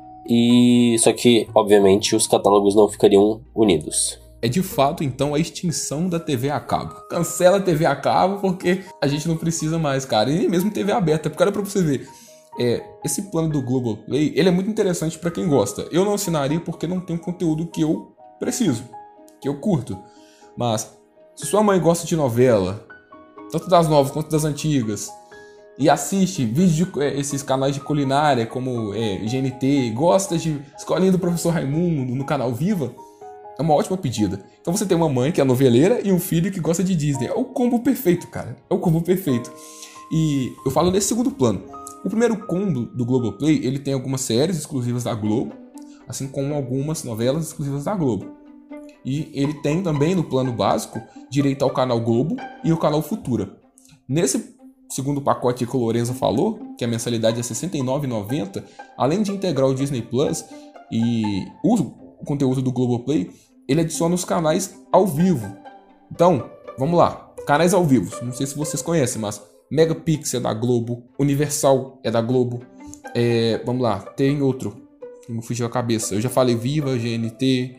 e só que, obviamente, os catálogos não ficariam unidos. É de fato, então, a extinção da T V a cabo. Cancela a T V a cabo porque a gente não precisa mais, cara. E nem mesmo T V aberta. Porque olha pra você ver, é, esse plano do Globoplay, ele é muito interessante pra quem gosta. Eu não assinaria porque não tem um conteúdo que eu preciso, que eu curto. Mas, se sua mãe gosta de novela, tanto das novas quanto das antigas, e assiste vídeos de é, esses canais de culinária como é, G N T, gosta de Escolinha do Professor Raimundo no canal Viva, é uma ótima pedida. Então você tem uma mãe que é noveleira e um filho que gosta de Disney. É o combo perfeito, cara. É o combo perfeito. E eu falo nesse segundo plano. O primeiro combo do Globoplay, ele tem algumas séries exclusivas da Globo, assim como algumas novelas exclusivas da Globo. E ele tem também, no plano básico, direito ao canal Globo e ao canal Futura. Nesse segundo pacote que o Lorenzo falou, que a mensalidade é sessenta e nove reais e noventa centavos, além de integrar o Disney Plus e o conteúdo do Globoplay, ele adiciona os canais ao vivo. Então, vamos lá. Canais ao vivo. Não sei se vocês conhecem, mas Megapix é da Globo, Universal é da Globo. É, vamos lá, tem outro que me fugiu a cabeça. Eu já falei Viva, G N T,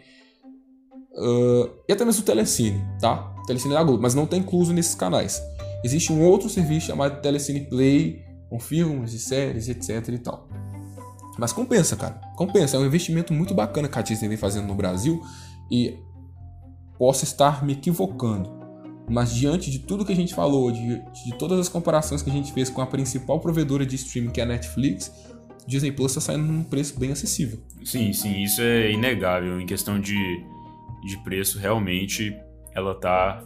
uh, e até mesmo o Telecine, tá? O Telecine é da Globo, mas não está incluso nesses canais. Existe um outro serviço chamado Telecine Play, com filmes e séries, etc e tal. Mas compensa, cara. Compensa. É um investimento muito bacana que a Disney vem fazendo no Brasil. E posso estar me equivocando, mas diante de tudo que a gente falou, de, de todas as comparações que a gente fez com a principal provedora de streaming, que é a Netflix, Disney Plus está saindo num preço bem acessível. Sim, sim, isso é inegável. Em questão de, de preço, realmente, ela tá,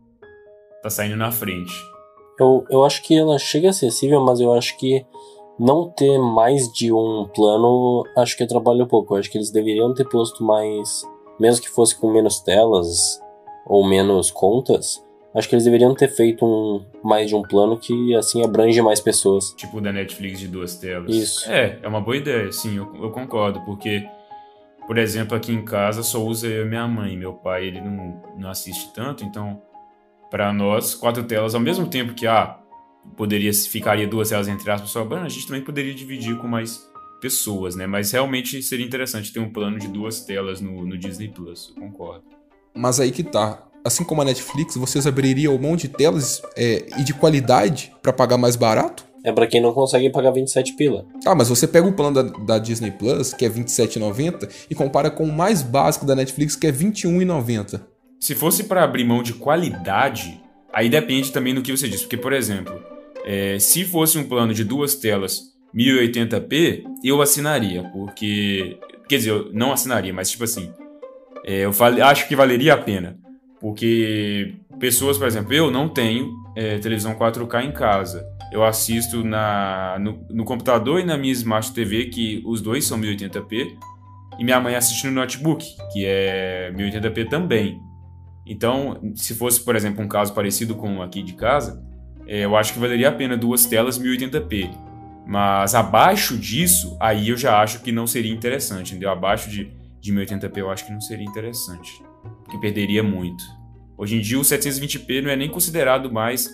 tá saindo na frente. Eu, eu acho que ela chega acessível, mas eu acho que não ter mais de um plano, acho que atrapalha um pouco. Eu acho que eles deveriam ter posto mais, mesmo que fosse com menos telas ou menos contas, acho que eles deveriam ter feito um, mais de um plano que assim abrange mais pessoas. Tipo o da Netflix de duas telas. Isso. É, é uma boa ideia, sim, eu, eu concordo, porque, por exemplo, aqui em casa só usa eu e minha mãe. Meu pai, ele não, não assiste tanto, então, para nós, quatro telas, ao mesmo tempo que, ah, poderia, ficaria duas telas entre aspas sobrando, a gente também poderia dividir com mais pessoas, né? Mas realmente seria interessante ter um plano de duas telas no, no Disney Plus, eu concordo. Mas aí que tá. Assim como a Netflix, vocês abririam mão de telas é, e de qualidade para pagar mais barato? É pra quem não consegue pagar vinte e sete pila. Ah, mas você pega o plano da, da Disney Plus, que é vinte e sete reais e noventa centavos, e compara com o mais básico da Netflix, que é vinte e um reais e noventa centavos. Se fosse para abrir mão de qualidade, aí depende também do que você disse. Porque, por exemplo, é, se fosse um plano de duas telas mil e oitenta p, eu assinaria, porque... Quer dizer, eu não assinaria, mas tipo assim, é, eu fal, acho que valeria a pena. Porque pessoas, por exemplo, eu não tenho é, televisão quatro K em casa. Eu assisto na, no, no computador e na minha Smart T V, que os dois são mil e oitenta p, e minha mãe assiste no notebook, que é mil e oitenta p também. Então, se fosse, por exemplo, um caso parecido com aqui de casa, é, eu acho que valeria a pena duas telas mil e oitenta p. Mas abaixo disso, aí eu já acho que não seria interessante, entendeu? Abaixo de, de mil e oitenta p eu acho que não seria interessante, porque perderia muito. Hoje em dia o setecentos e vinte p não é nem considerado mais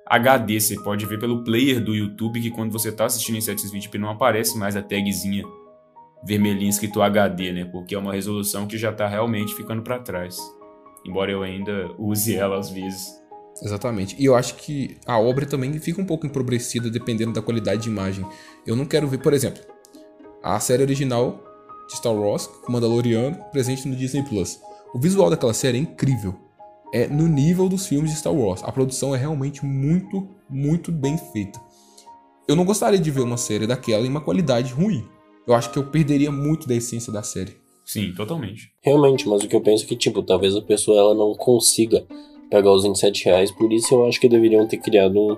H D. Você pode ver pelo player do YouTube que quando você tá assistindo em setecentos e vinte p não aparece mais a tagzinha vermelhinha escrito H D, né? Porque é uma resolução que já tá realmente ficando para trás. Embora eu ainda use ela às vezes. Exatamente. E eu acho que a obra também fica um pouco empobrecida dependendo da qualidade de imagem. Eu não quero ver, por exemplo, a série original de Star Wars, com Mandaloriano, presente no Disney Plus. O visual daquela série é incrível. É no nível dos filmes de Star Wars. A produção é realmente muito, muito bem feita. Eu não gostaria de ver uma série daquela em uma qualidade ruim. Eu acho que eu perderia muito da essência da série. Sim, totalmente. Realmente, mas o que eu penso é que, tipo, talvez a pessoa ela não consiga pegar os vinte e sete reais, por isso eu acho que deveriam ter criado um,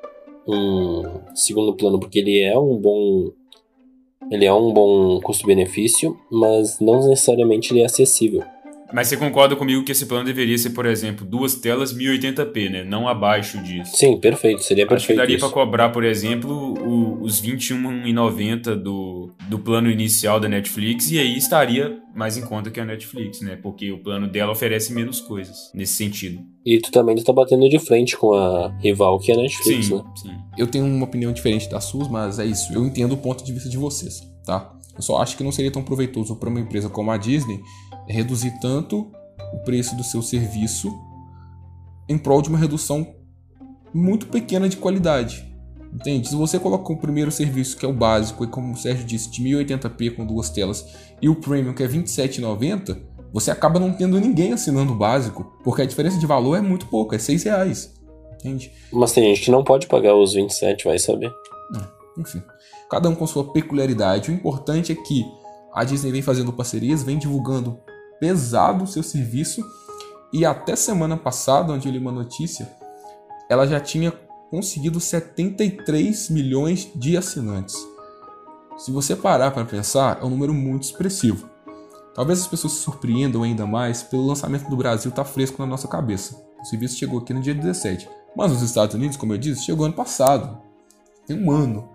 um segundo plano, porque ele é um bom ele é um bom custo-benefício, mas não necessariamente ele é acessível. Mas você concorda comigo que esse plano deveria ser, por exemplo, duas telas mil e oitenta p, né? Não abaixo disso. Sim, perfeito, seria perfeito. Acho que daria isso. para cobrar, por exemplo, o, os vinte e um reais e noventa centavos do, do plano inicial da Netflix, e aí estaria mais em conta que a Netflix, né? Porque o plano dela oferece menos coisas nesse sentido. E tu também tá batendo de frente com a rival que é a Netflix, sim, né? Sim. Eu tenho uma opinião diferente da sua, mas é isso. Eu entendo o ponto de vista de vocês, tá? Eu só acho que não seria tão proveitoso para uma empresa como a Disney reduzir tanto o preço do seu serviço em prol de uma redução muito pequena de qualidade. Entende? Se você coloca o primeiro serviço, que é o básico, e como o Sérgio disse, de mil e oitenta p com duas telas, e o Premium, que é vinte e sete reais e noventa centavos, você acaba não tendo ninguém assinando o básico, porque a diferença de valor é muito pouca, é seis reais. Entende? Mas tem gente que não pode pagar os vinte e sete, vai saber. Enfim, cada um com sua peculiaridade. O importante é que a Disney vem fazendo parcerias, vem divulgando pesado o seu serviço, e até semana passada, onde eu li uma notícia, ela já tinha conseguido setenta e três milhões de assinantes. Se você parar para pensar, é um número muito expressivo. Talvez as pessoas se surpreendam ainda mais pelo lançamento do Brasil estar fresco na nossa cabeça. O serviço chegou aqui no dia dezessete, mas nos Estados Unidos, como eu disse, chegou ano passado. Tem um ano.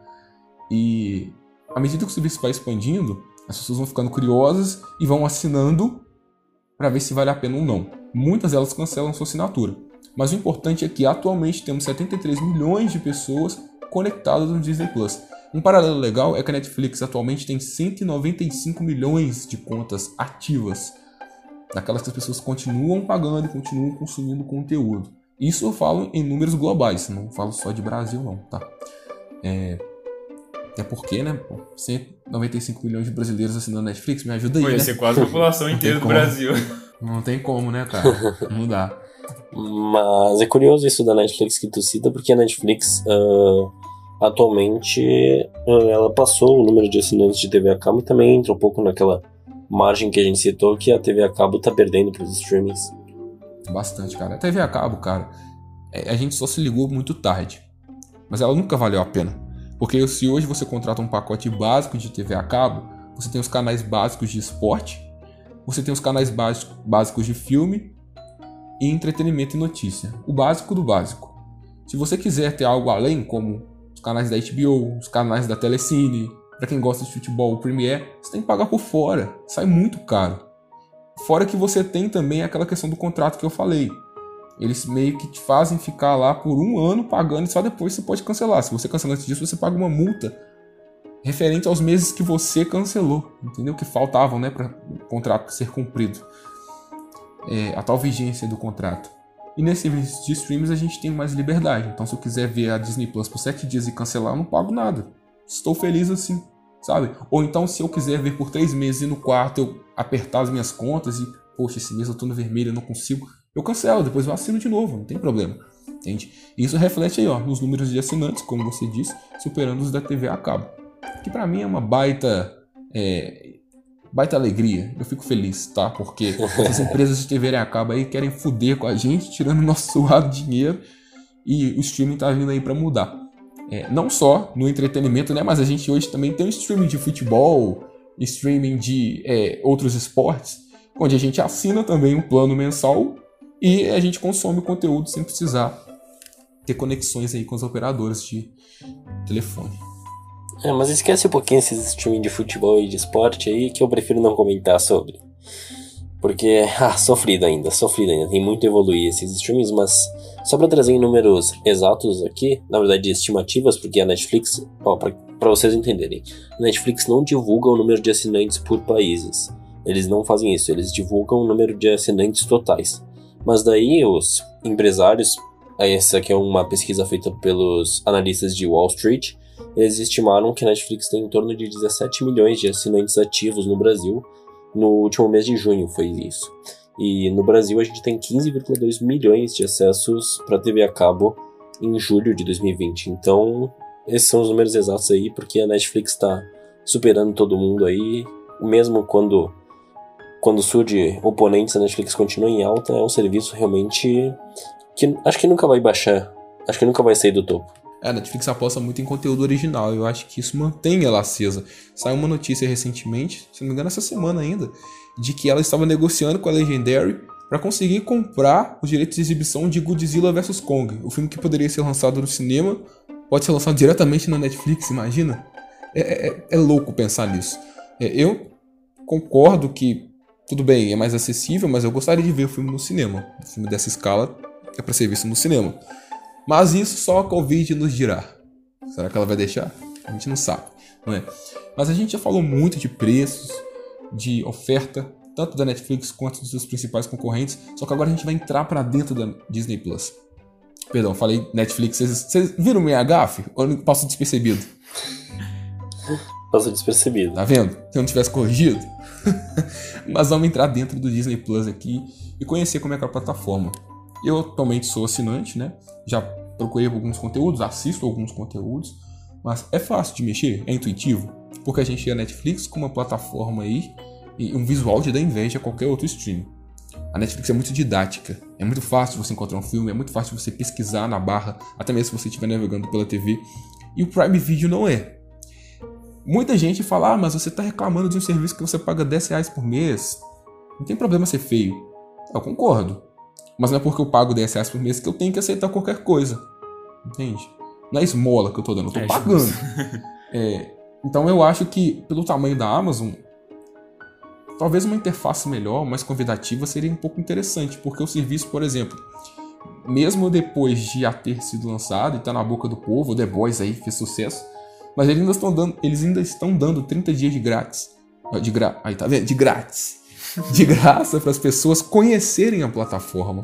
E à medida que o serviço vai expandindo, as pessoas vão ficando curiosas e vão assinando para ver se vale a pena ou não. Muitas delas cancelam sua assinatura. Mas o importante é que atualmente temos setenta e três milhões de pessoas conectadas no Disney Plus. Um paralelo legal é que a Netflix atualmente tem cento e noventa e cinco milhões de contas ativas, daquelas que as pessoas continuam pagando e continuam consumindo conteúdo. Isso eu falo em números globais, não falo só de Brasil não, tá? É... Até porque, né, pô, cento e noventa e cinco milhões de brasileiros assinando Netflix, me ajuda aí, Pô, ia né? ser quase a população inteira do Brasil. Não tem como, né, cara? Não dá. Mas é curioso isso da Netflix que tu cita, porque a Netflix uh, atualmente uh, ela passou o número de assinantes de T V a cabo e também entra um pouco naquela margem que a gente citou, que a T V a cabo tá perdendo para os streamings. Bastante, cara. A T V a cabo, cara, a gente só se ligou muito tarde, mas ela nunca valeu a pena. Porque se hoje você contrata um pacote básico de T V a cabo, você tem os canais básicos de esporte, você tem os canais básicos de filme e entretenimento e notícia. O básico do básico. Se você quiser ter algo além, como os canais da H B O, os canais da Telecine, para quem gosta de futebol, o Premiere, você tem que pagar por fora. Sai muito caro. Fora que você tem também aquela questão do contrato que eu falei. Eles meio que te fazem ficar lá por um ano pagando e só depois você pode cancelar. Se você cancelar antes disso, você paga uma multa referente aos meses que você cancelou, entendeu? Que faltavam, né, para o contrato ser cumprido. É, a tal vigência do contrato. E nesse serviço de streams a gente tem mais liberdade. Então se eu quiser ver a Disney Plus por sete dias e cancelar, eu não pago nada. Estou feliz assim, sabe? Ou então se eu quiser ver por três meses e no quarto eu apertar as minhas contas e, poxa, esse mês eu tô no vermelho, eu não consigo, eu cancelo, depois eu assino de novo, não tem problema. Entende? E isso reflete aí, ó, nos números de assinantes, como você disse, superando os da T V a cabo. Que pra mim é uma baita... É, baita alegria, eu fico feliz, tá? Porque essas empresas de T V a cabo aí querem foder com a gente, tirando nosso suado dinheiro, e o streaming tá vindo aí pra mudar. É, não só no entretenimento, né? Mas a gente hoje também tem um streaming de futebol, streaming de é, outros esportes, onde a gente assina também um plano mensal e a gente consome o conteúdo sem precisar ter conexões aí com as operadoras de telefone. É, mas esquece um pouquinho esses streaming de futebol e de esporte aí, que eu prefiro não comentar sobre. Porque, ah, sofrido ainda, sofrido ainda, tem muito a evoluir esses streamings, mas só pra trazer em números exatos aqui, na verdade estimativas, porque a Netflix, ó, pra, pra vocês entenderem, a Netflix não divulga o número de assinantes por países, eles não fazem isso, eles divulgam o número de assinantes totais, mas daí os empresários, essa aqui é uma pesquisa feita pelos analistas de Wall Street, eles estimaram que a Netflix tem em torno de dezessete milhões de assinantes ativos no Brasil. No último mês de junho foi isso. E no Brasil a gente tem quinze vírgula dois milhões de acessos para T V a cabo em julho de dois mil e vinte. Então, esses são os números exatos aí, porque a Netflix está superando todo mundo aí. Mesmo quando, quando surge oponentes, a Netflix continua em alta. É um serviço realmente que acho que nunca vai baixar. Acho que nunca vai sair do topo. A Netflix aposta muito em conteúdo original, eu acho que isso mantém ela acesa. Saiu uma notícia recentemente, se não me engano essa semana ainda, de que ela estava negociando com a Legendary para conseguir comprar os direitos de exibição de Godzilla versus Kong. O filme que poderia ser lançado no cinema pode ser lançado diretamente na Netflix, imagina? É, é, é louco pensar nisso. É, eu concordo que, tudo bem, é mais acessível, mas eu gostaria de ver o filme no cinema. Um filme dessa escala é para ser visto no cinema. Mas isso só a Covid nos dirá. Será que ela vai deixar? A gente não sabe, não é? Mas a gente já falou muito de preços, de oferta, tanto da Netflix quanto dos seus principais concorrentes. Só que agora a gente vai entrar pra dentro da Disney Plus. Perdão, falei Netflix. Vocês viram minha gafe? Ou eu passo despercebido? Passa despercebido. Tá vendo? Se eu não tivesse corrigido. Mas vamos entrar dentro do Disney Plus aqui e conhecer como é que é a plataforma. Eu atualmente sou assinante, né? Já procurei alguns conteúdos, assisto alguns conteúdos, mas é fácil de mexer, é intuitivo, porque a gente tem a Netflix com uma plataforma aí e um visual de dar inveja a qualquer outro stream. A Netflix é muito didática, é muito fácil você encontrar um filme, é muito fácil você pesquisar na barra, até mesmo se você estiver navegando pela T V, e o Prime Video não é. Muita gente fala, ah, mas você está reclamando de um serviço que você paga dez reais por mês, não tem problema ser feio. Eu concordo. Mas não é porque eu pago dez reais por mês que eu tenho que aceitar qualquer coisa. Entende? Não é esmola que eu tô dando, eu tô é pagando. É, então eu acho que, pelo tamanho da Amazon, talvez uma interface melhor, mais convidativa, seria um pouco interessante. Porque o serviço, por exemplo, mesmo depois de já ter sido lançado e tá na boca do povo, o The Boys aí fez sucesso, mas eles ainda estão dando, eles ainda estão dando trinta dias de grátis. De gra... Aí, tá vendo? De grátis. De graça para as pessoas conhecerem a plataforma.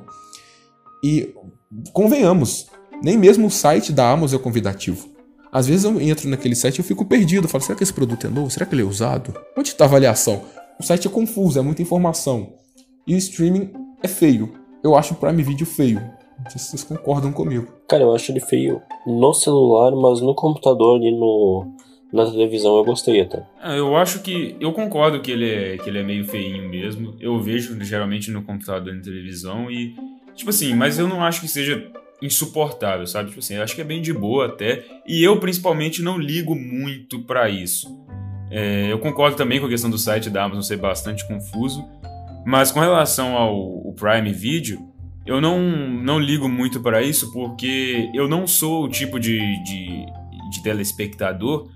E convenhamos, nem mesmo o site da Amazon é convidativo. Às vezes eu entro naquele site e eu fico perdido. Eu falo, será que esse produto é novo? Será que ele é usado? Onde está a avaliação? O site é confuso, é muita informação. E o streaming é feio. Eu acho o Prime Video feio. Não sei se vocês concordam comigo. Cara, eu acho ele feio no celular, mas no computador e no... na televisão eu gostei até. Eu acho que... Eu concordo que ele, é, que ele é meio feinho mesmo. Eu vejo geralmente no computador e na televisão e... Tipo assim, mas eu não acho que seja insuportável, sabe? Tipo assim, eu acho que é bem de boa até. E eu, principalmente, não ligo muito pra isso. É, eu concordo também com a questão do site da Amazon ser bastante confuso. Mas com relação ao, ao Prime Video, eu não, não ligo muito pra isso porque eu não sou o tipo de, de, de telespectador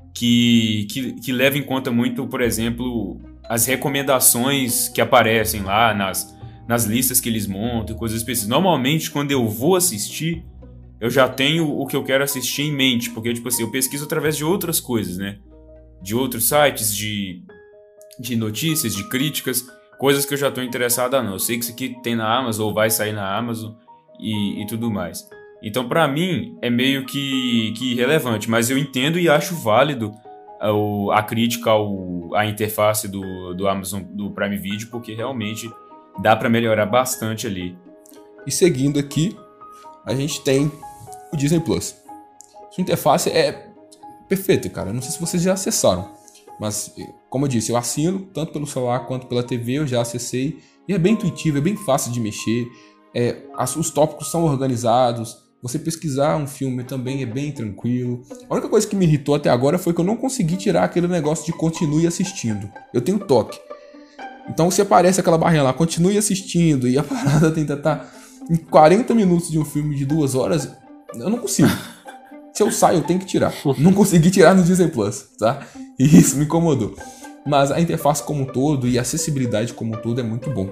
que, que, que leva em conta muito, por exemplo, as recomendações que aparecem lá nas, nas listas que eles montam e coisas específicas. Normalmente, quando eu vou assistir, eu já tenho o que eu quero assistir em mente, porque tipo assim, eu pesquiso através de outras coisas, né? De outros sites, de, de notícias, de críticas, coisas que eu já estou interessado a não. Eu sei que isso aqui tem na Amazon ou vai sair na Amazon e, e tudo mais. Então, pra mim, é meio que, que irrelevante, mas eu entendo e acho válido a, a crítica ao, à interface do, do Amazon, do Prime Video, porque realmente dá pra melhorar bastante ali. E seguindo aqui, a gente tem o Disney Plus. Sua interface é perfeita, cara. Não sei se vocês já acessaram, mas, como eu disse, eu assino tanto pelo celular quanto pela T V, eu já acessei, e é bem intuitivo, é bem fácil de mexer, é, as, os tópicos são organizados. Você pesquisar um filme também é bem tranquilo. A única coisa que me irritou até agora foi que eu não consegui tirar aquele negócio de continue assistindo. Eu tenho toque. Então se aparece aquela barrinha lá, continue assistindo, e a parada tenta estar em quarenta minutos de um filme de duas horas, eu não consigo. Se eu saio, eu tenho que tirar. Não consegui tirar no Disney Plus, tá? E isso me incomodou. Mas a interface como um todo e a acessibilidade como um todo é muito bom.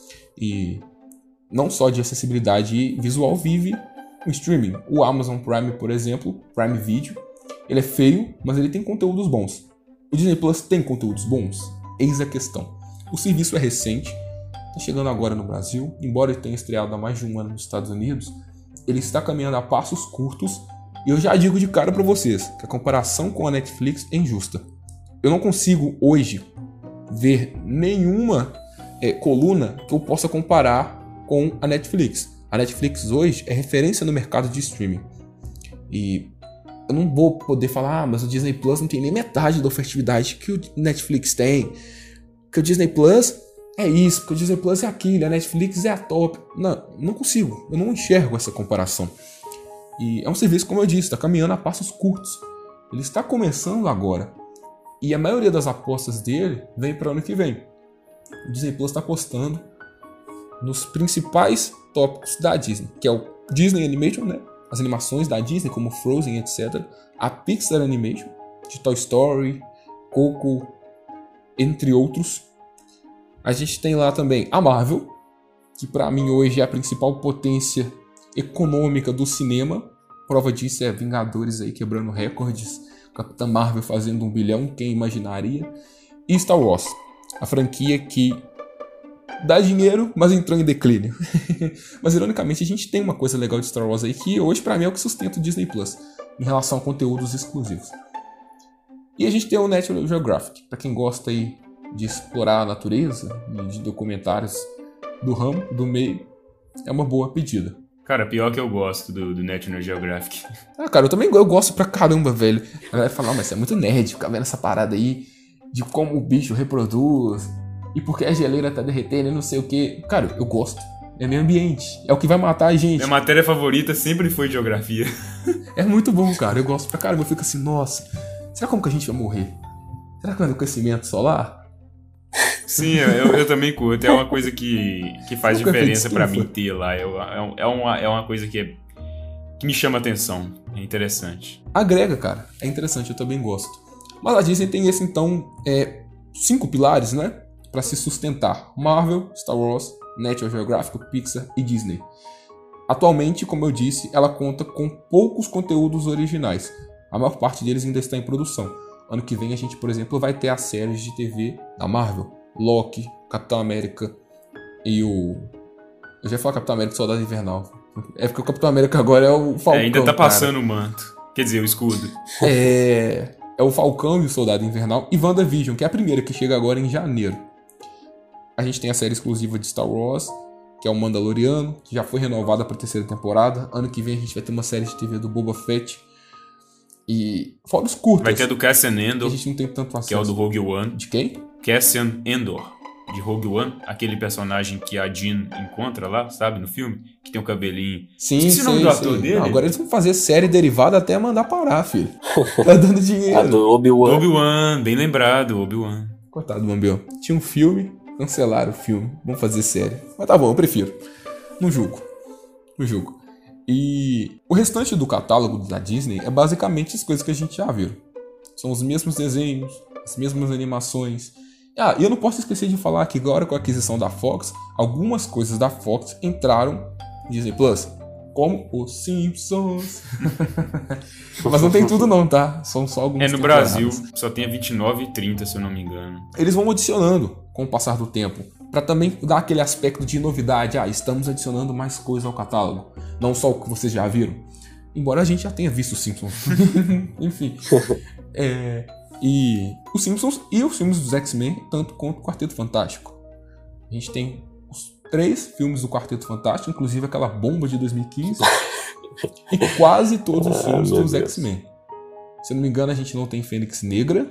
E não só de acessibilidade visual vive o streaming. O Amazon Prime, por exemplo, Prime Video, ele é feio, mas ele tem conteúdos bons. O Disney Plus tem conteúdos bons? Eis a questão. O serviço é recente, está chegando agora no Brasil, embora ele tenha estreado há mais de um ano nos Estados Unidos, ele está caminhando a passos curtos, e eu já digo de cara para vocês que a comparação com a Netflix é injusta. Eu não consigo hoje ver nenhuma é, coluna que eu possa comparar com a Netflix. A Netflix hoje é referência no mercado de streaming. E eu não vou poder falar, ah, mas o Disney Plus não tem nem metade da ofertividade que o Netflix tem. Que o Disney Plus é isso, porque o Disney Plus é aquilo, a Netflix é a top. Não, não consigo, eu não enxergo essa comparação. E é um serviço, como eu disse, está caminhando a passos curtos. Ele está começando agora. E a maioria das apostas dele vem para o ano que vem. O Disney Plus está apostando nos principais tópicos da Disney, que é o Disney Animation, né? As animações da Disney, como Frozen, etcétera. A Pixar Animation, de Toy Story, Coco, entre outros. A gente tem lá também a Marvel, que para mim hoje é a principal potência econômica do cinema. Prova disso é Vingadores aí quebrando recordes, Capitã Marvel fazendo um bilhão, quem imaginaria? E Star Wars, a franquia que dá dinheiro, mas entrou em declínio. Mas ironicamente a gente tem uma coisa legal de Star Wars aí que hoje para mim é o que sustenta o Disney Plus em relação a conteúdos exclusivos. E a gente tem o National Geographic, para quem gosta aí de explorar a natureza e de documentários do ramo, do meio, é uma boa pedida. Cara, pior que eu gosto do, do National Geographic. Ah, cara, eu também eu gosto pra caramba, velho. A galera fala, não, mas você é muito nerd, ficar vendo essa parada aí de como o bicho reproduz e porque a geleira tá derretendo e não sei o que. Cara, eu gosto. É meio ambiente. É o que vai matar a gente. Minha matéria favorita sempre foi geografia. É muito bom, cara. Eu gosto pra caramba. Eu fico assim, nossa, será como que a gente vai morrer? Será que vai no aquecimento solar? Sim, eu, eu também curto. É uma coisa que, que faz diferença pra mim ter lá. Eu, é, é, uma, é uma coisa que, é, que me chama atenção. É interessante. Agrega, cara. É interessante, eu também gosto. Mas a Disney tem esse, então, é, cinco pilares, né? Pra se sustentar. Marvel, Star Wars, National Geographic, Pixar e Disney. Atualmente, como eu disse, ela conta com poucos conteúdos originais. A maior parte deles ainda está em produção. Ano que vem a gente, por exemplo, vai ter as séries de T V da Marvel. Loki, Capitão América e o... Eu já ia falar Capitão América e Soldado Invernal. É porque o Capitão América agora é o Falcão, é, ainda tá passando cara. O manto. Quer dizer, o escudo. É... É o Falcão e o Soldado Invernal. E WandaVision, que é a primeira, que chega agora em janeiro. A gente tem a série exclusiva de Star Wars, que é o Mandaloriano, que já foi renovada para a terceira temporada. Ano que vem a gente vai ter uma série de T V do Boba Fett. E fora os curtos. Vai ter a do Cassian Andor, a gente não tem tanto acesso. Que é o do Rogue One. De quem? Cassian Andor, de Rogue One. Aquele personagem que a Jean encontra lá, sabe, no filme. Que tem o um cabelinho. Sim, Esqueci sei, o nome do ator sei. dele. Não, agora eles vão fazer série derivada até mandar parar, filho. Tá dando dinheiro. A do Obi-Wan. Obi-Wan, bem lembrado, Obi-Wan. Coitado do Bambião. Tinha um filme, cancelaram o filme. Vamos fazer série. Mas tá bom, eu prefiro. Não julgo. Não julgo. E o restante do catálogo da Disney é basicamente as coisas que a gente já viu. São os mesmos desenhos, as mesmas animações. Ah, e eu não posso esquecer de falar que agora com a aquisição da Fox, algumas coisas da Fox entraram no Disney Plus. Como os Simpsons. Mas não tem tudo não, tá? São só alguns. É, no Brasil só tem a vinte e nove e trinta, se eu não me engano. Eles vão adicionando com o passar do tempo. Pra também dar aquele aspecto de novidade. Ah, estamos adicionando mais coisa ao catálogo. Não só o que vocês já viram. Embora a gente já tenha visto os Simpsons. Enfim. É, e os Simpsons e os filmes dos X-Men, tanto quanto o Quarteto Fantástico. A gente tem os três filmes do Quarteto Fantástico, inclusive aquela bomba de dois mil e quinze. E quase todos os filmes ah, dos X-Men. Se eu não me engano, a gente não tem Fênix Negra.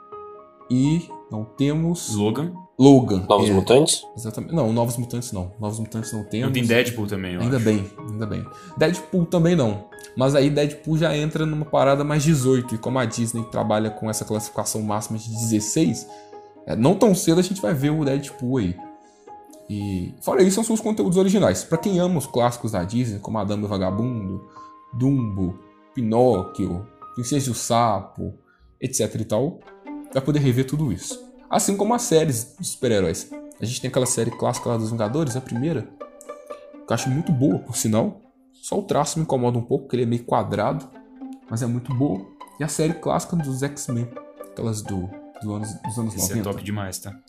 E não temos... Logan. Logan. Novos é, Mutantes? Exatamente. Não, Novos Mutantes não. Novos Mutantes não temos. Não tem Deadpool também, eu Ainda acho. bem, ainda bem. Deadpool também não. Mas aí Deadpool já entra numa parada mais dezoito. E como a Disney trabalha com essa classificação máxima de dezesseis, não tão cedo a gente vai ver o Deadpool aí. E fora isso, são os conteúdos originais. Pra quem ama os clássicos da Disney, como A Dama e o Vagabundo, Dumbo, Pinóquio, Princesa e o Sapo, etc e tal, vai poder rever tudo isso. Assim como as séries de super-heróis. A gente tem aquela série clássica lá dos Vingadores, a primeira, que eu acho muito boa, por sinal. Só o traço me incomoda um pouco, porque ele é meio quadrado, mas é muito boa. E a série clássica dos X-Men, aquelas do, do anos, dos anos Esse noventa. é top demais, tá?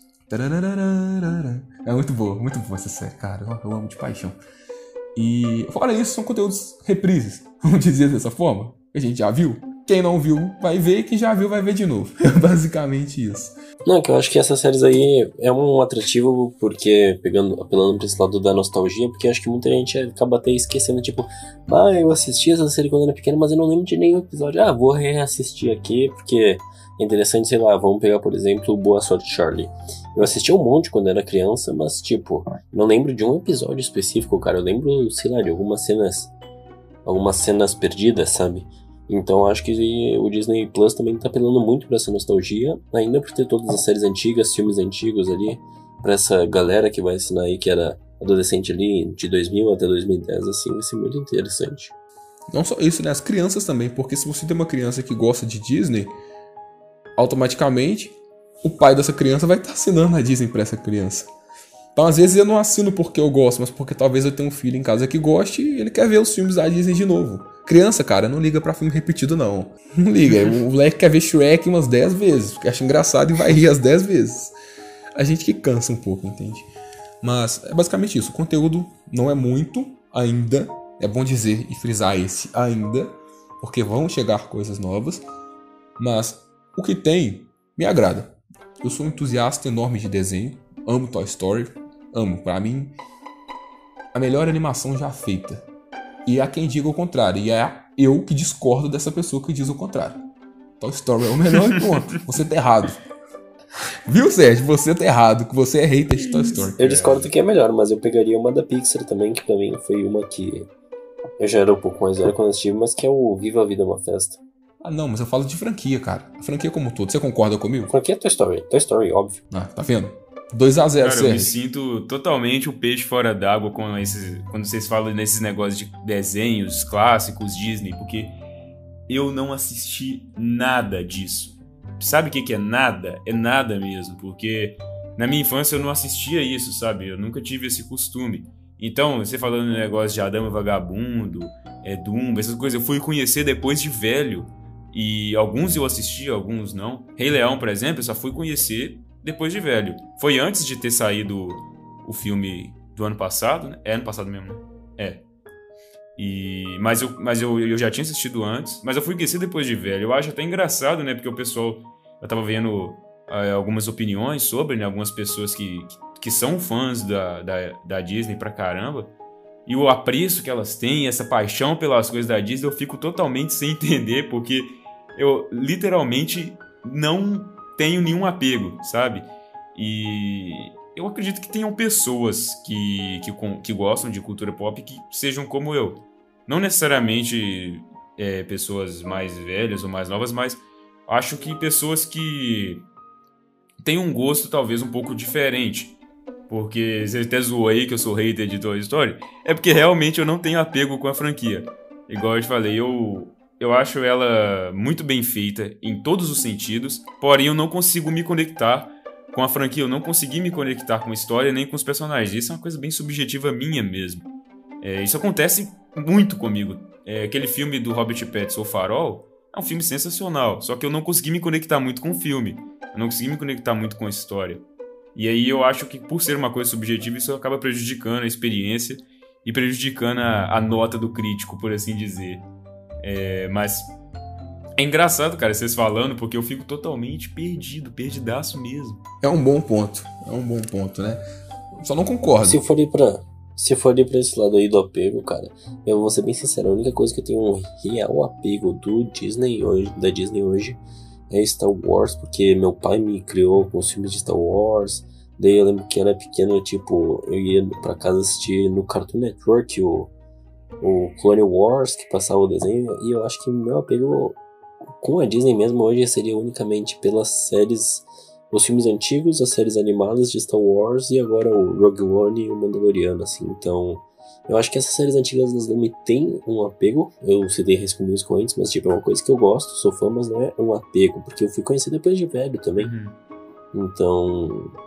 É muito boa, muito boa essa série, cara. Eu amo de paixão. E fora isso, são conteúdos reprises, vamos dizer dessa forma. A gente já viu. Quem não viu vai ver, quem já viu vai ver de novo. É basicamente isso. Não, que eu acho que essas séries aí é um atrativo, porque, pegando, apelando pra esse lado da nostalgia, porque eu acho que muita gente acaba até esquecendo, tipo, ah, eu assisti essa série quando era pequeno, mas eu não lembro de nenhum episódio. Ah, vou reassistir aqui, porque é interessante, sei lá, vamos pegar, por exemplo, Boa Sorte Charlie. Eu assisti um monte quando era criança, mas, tipo, não lembro de um episódio específico, cara. Eu lembro, sei lá, de algumas cenas, algumas cenas perdidas, sabe? Então acho que o Disney Plus também tá apelando muito pra essa nostalgia, ainda por ter todas as séries antigas, filmes antigos ali, pra essa galera que vai assinar aí, que era adolescente ali, de dois mil até dois mil e dez, assim, vai ser muito interessante. Não só isso, né? As crianças também, porque se você tem uma criança que gosta de Disney, automaticamente o pai dessa criança vai estar assinando a Disney pra essa criança. Então, às vezes, eu não assino porque eu gosto, mas porque talvez eu tenha um filho em casa que goste e ele quer ver os filmes da Disney de novo. Criança, cara, não liga pra filme repetido, não. Não liga. O moleque quer ver Shrek umas dez vezes, porque acha engraçado e vai rir as dez vezes. A gente que cansa um pouco, entende? Mas é basicamente isso. O conteúdo não é muito ainda. É bom dizer e frisar esse ainda, porque vão chegar coisas novas. Mas o que tem me agrada. Eu sou um entusiasta enorme de desenho. Amo Toy Story. Amo. Pra mim, a melhor animação já feita. E há quem diga o contrário. E é eu que discordo dessa pessoa que diz o contrário. Toy Story é o melhor ponto. Você tá errado. Viu, Sérgio? Você tá errado. Que você é hater de Toy Story. Eu discordo que é melhor, mas eu pegaria uma da Pixar também, que pra mim foi uma que eu já era um pouco mais velho quando assisti, mas que é o Viva a Vida é uma Festa. Ah, não, mas eu falo de franquia, cara. A franquia como um todo. Você concorda comigo? Franquia é Toy Story. Toy Story, óbvio. Ah, tá vendo? dois a zero, Cara, Sérgio. eu me sinto totalmente o peixe fora d'água com esses, quando vocês falam nesses negócios de desenhos clássicos, Disney, porque eu não assisti nada disso. Sabe o que que é nada? É nada mesmo, porque na minha infância eu não assistia isso, sabe? Eu nunca tive esse costume. Então, você falando no negócio de Adão e Vagabundo, é, Dumbo, essas coisas, eu fui conhecer depois de velho. E alguns eu assisti, alguns não. Rei Leão, por exemplo, eu só fui conhecer depois de velho. Foi antes de ter saído o filme do ano passado, né? É ano passado mesmo, né? É. E, mas eu, mas eu, eu já tinha assistido antes, mas eu fui conhecer depois de velho. Eu acho até engraçado, né? Porque o pessoal... Eu tava vendo é, algumas opiniões sobre, né? Algumas pessoas que, que são fãs da, da, da Disney pra caramba. E o apreço que elas têm, essa paixão pelas coisas da Disney, eu fico totalmente sem entender, porque eu literalmente não tenho nenhum apego, sabe? E eu acredito que tenham pessoas que, que, que gostam de cultura pop que sejam como eu. Não necessariamente é, pessoas mais velhas ou mais novas, mas acho que pessoas que têm um gosto talvez um pouco diferente. Porque você até zoou aí que eu sou hater de Toy Story. É porque realmente eu não tenho apego com a franquia. Igual eu te falei, eu, eu acho ela muito bem feita em todos os sentidos. Porém, eu não consigo me conectar com a franquia. Eu não consegui me conectar com a história nem com os personagens. Isso é uma coisa bem subjetiva minha mesmo. É, isso acontece muito comigo. É, aquele filme do Robert Pattinson, O Farol, é um filme sensacional. Só que eu não consegui me conectar muito com o filme. Eu não consegui me conectar muito com a história. E aí eu acho que por ser uma coisa subjetiva, isso acaba prejudicando a experiência e prejudicando a, a nota do crítico, por assim dizer. É, mas é engraçado, cara, vocês falando, porque eu fico totalmente perdido, perdidaço mesmo. É um bom ponto, é um bom ponto, né? Só não concordo. Se for ir pra, se for ir pra esse lado aí do apego, cara, eu vou ser bem sincero, a única coisa que eu tenho um real apego do Disney hoje, da Disney hoje, é Star Wars, porque meu pai me criou com os filmes de Star Wars. Daí eu lembro que era pequeno, tipo, eu ia pra casa assistir no Cartoon Network o, o Clone Wars, que passava o desenho. E eu acho que o meu apego com a Disney mesmo hoje seria unicamente pelas séries, os filmes antigos, as séries animadas de Star Wars e agora o Rogue One e o Mandaloriano, assim. Então, eu acho que essas séries antigas elas não me têm um apego. Eu citei High School Musical antes, mas tipo, é uma coisa que eu gosto, sou fã, mas não é um apego, porque eu fui conhecer depois de velho também. Uhum. Então...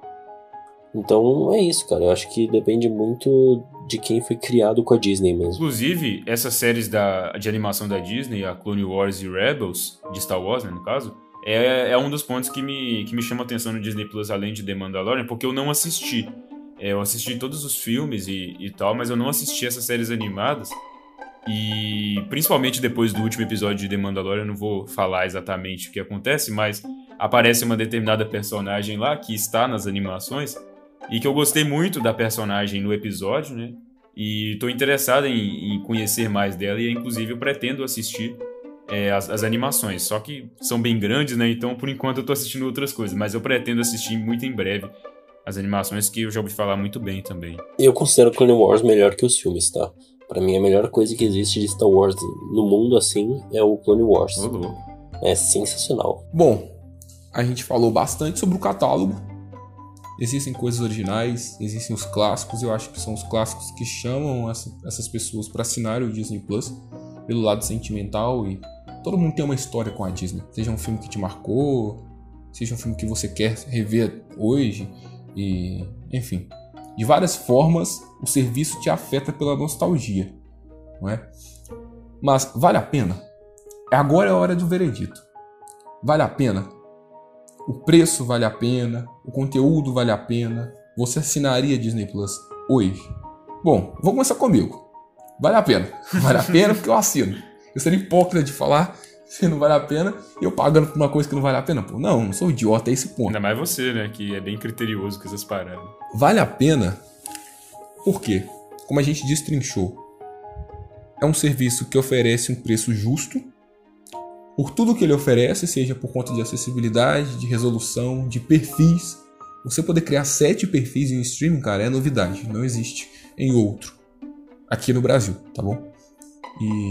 Então é isso, cara. Eu acho que depende muito de quem foi criado com a Disney mesmo. Inclusive, essas séries da, de animação da Disney, a Clone Wars e Rebels, de Star Wars, né, no caso, é, é um dos pontos que me, que me chama a atenção no Disney Plus, além de The Mandalorian, porque eu não assisti. É, eu assisti todos os filmes e, e tal, mas eu não assisti essas séries animadas. E principalmente depois do último episódio de The Mandalorian, eu não vou falar exatamente o que acontece, mas aparece uma determinada personagem lá que está nas animações e que eu gostei muito da personagem no episódio, né? E tô interessado em, em conhecer mais dela e inclusive eu pretendo assistir é, as, as animações, só que são bem grandes, né? Então por enquanto eu tô assistindo outras coisas, mas eu pretendo assistir muito em breve as animações que eu já ouvi falar muito bem também. Eu considero Clone Wars melhor que os filmes, tá? Pra mim a melhor coisa que existe de Star Wars no mundo assim é o Clone Wars. Ô, louco. É sensacional. Bom, a gente falou bastante sobre o catálogo. Existem coisas originais, existem os clássicos. Eu acho que são os clássicos que chamam essa, essas pessoas para assinar o Disney Plus pelo lado sentimental. E todo mundo tem uma história com a Disney. Seja um filme que te marcou, seja um filme que você quer rever hoje. E, enfim, de várias formas o serviço te afeta pela nostalgia, não é? Mas vale a pena? Agora é a hora do veredito. Vale a pena? O preço vale a pena? O conteúdo vale a pena? Você assinaria Disney Plus hoje? Bom, vou começar comigo. Vale a pena. Vale a pena porque eu assino. Eu seria hipócrita de falar que não vale a pena e eu pagando por uma coisa que não vale a pena. Pô, não, não sou idiota, é esse ponto. Ainda mais você, né? Que é bem criterioso com essas paradas. Vale a pena por quê? Como a gente destrinchou, é um serviço que oferece um preço justo por tudo que ele oferece, seja por conta de acessibilidade, de resolução, de perfis. Você poder criar sete perfis em streaming, cara, é novidade. Não existe em outro. Aqui no Brasil, tá bom? E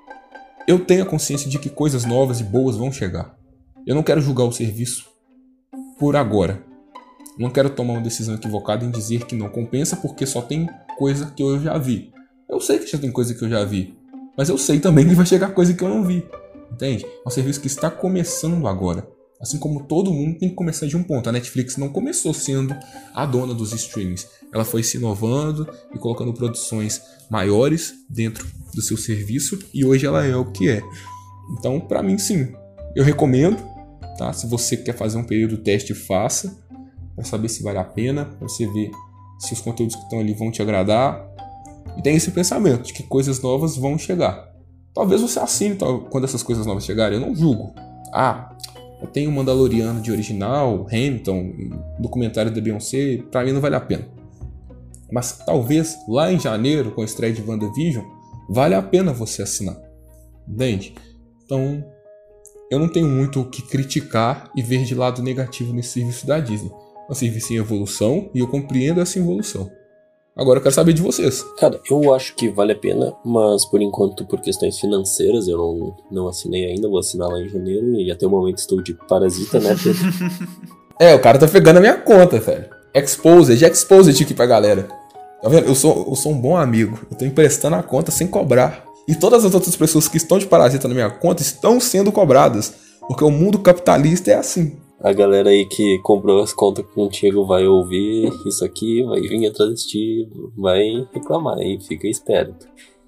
eu tenho a consciência de que coisas novas e boas vão chegar. Eu não quero julgar o serviço por agora. Não quero tomar uma decisão equivocada em dizer que não compensa porque só tem coisa que eu já vi. Eu sei que já tem coisa que eu já vi, mas eu sei também que vai chegar coisa que eu não vi. Entende? É um serviço que está começando agora. Assim como todo mundo tem que começar de um ponto. A Netflix não começou sendo a dona dos streamings. Ela foi se inovando e colocando produções maiores dentro do seu serviço e hoje ela é o que é. Então, para mim, sim. Eu recomendo, tá? Se você quer fazer um período teste, faça. Para saber se vale a pena. Para você ver se os conteúdos que estão ali vão te agradar. E tem esse pensamento de que coisas novas vão chegar. Talvez você assine quando essas coisas novas chegarem. Eu não julgo. Ah, eu tenho o Mandaloriano de original, Hamilton, documentário da Beyoncé. Pra mim não vale a pena. Mas talvez lá em janeiro, com a estreia de WandaVision, vale a pena você assinar. Entende? Então, eu não tenho muito o que criticar e ver de lado negativo nesse serviço da Disney. É um serviço em evolução e eu compreendo essa evolução. Agora eu quero saber de vocês. Cara, eu acho que vale a pena, mas por enquanto, por questões financeiras, eu não, não assinei ainda, vou assinar lá em janeiro e até o momento estou de parasita, né, Pedro? É, o cara tá pegando a minha conta, velho. Exposed, exposed aqui pra galera. Tá vendo? Eu sou, eu sou um bom amigo. Eu tô emprestando a conta sem cobrar. E todas as outras pessoas que estão de parasita na minha conta estão sendo cobradas. Porque o mundo capitalista é assim. A galera aí que comprou as contas contigo vai ouvir isso aqui, vai vir atrás de ti, vai reclamar aí, fica esperto.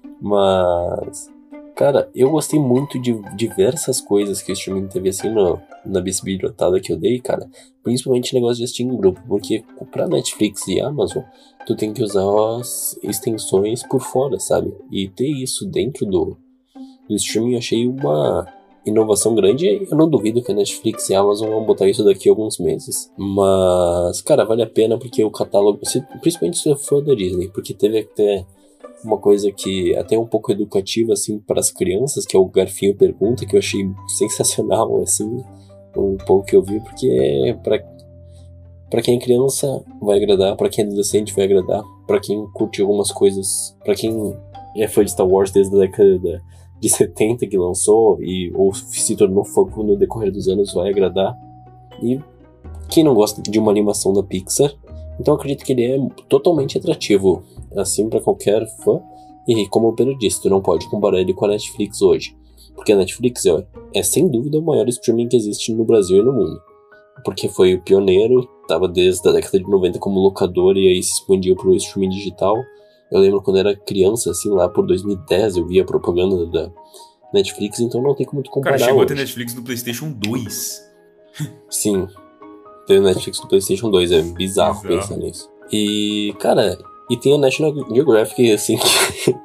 Mas, cara, eu gostei muito de diversas coisas que o streaming teve assim no, na bisbilhotada que eu dei, cara. Principalmente negócio de assistir em grupo, porque pra Netflix e Amazon, tu tem que usar as extensões por fora, sabe? E ter isso dentro do, do streaming eu achei uma inovação grande. Eu não duvido que a Netflix e a Amazon vão botar isso daqui a alguns meses. Mas, cara, vale a pena porque o catálogo, principalmente se for da Disney, porque teve até uma coisa que até um pouco educativa, assim, para as crianças, que é o Garfinho Pergunta, que eu achei sensacional, assim, um pouco que eu vi, porque para para quem é criança vai agradar, para quem é adolescente vai agradar, para quem curte algumas coisas, para quem é fã de Star Wars desde a década de setenta que lançou e ou se tornou fã no decorrer dos anos vai agradar. E quem não gosta de uma animação da Pixar, então acredito que ele é totalmente atrativo assim para qualquer fã. E como o Pedro disse, tu não pode comparar ele com a Netflix hoje, porque a Netflix é, é sem dúvida o maior streaming que existe no Brasil e no mundo. porque foi o pioneiro, tava desde a década de noventa como locador e aí se expandiu pro streaming digital. Eu lembro quando eu era criança, assim, lá por dois mil e dez, eu via propaganda da Netflix, então não tem como tu comparar. Cara, chegou hoje. a ter Netflix no PlayStation dois. Sim, tem Netflix no PlayStation dois, é bizarro, Bizarro. pensar nisso. E, cara, e tem a National Geographic, assim, que,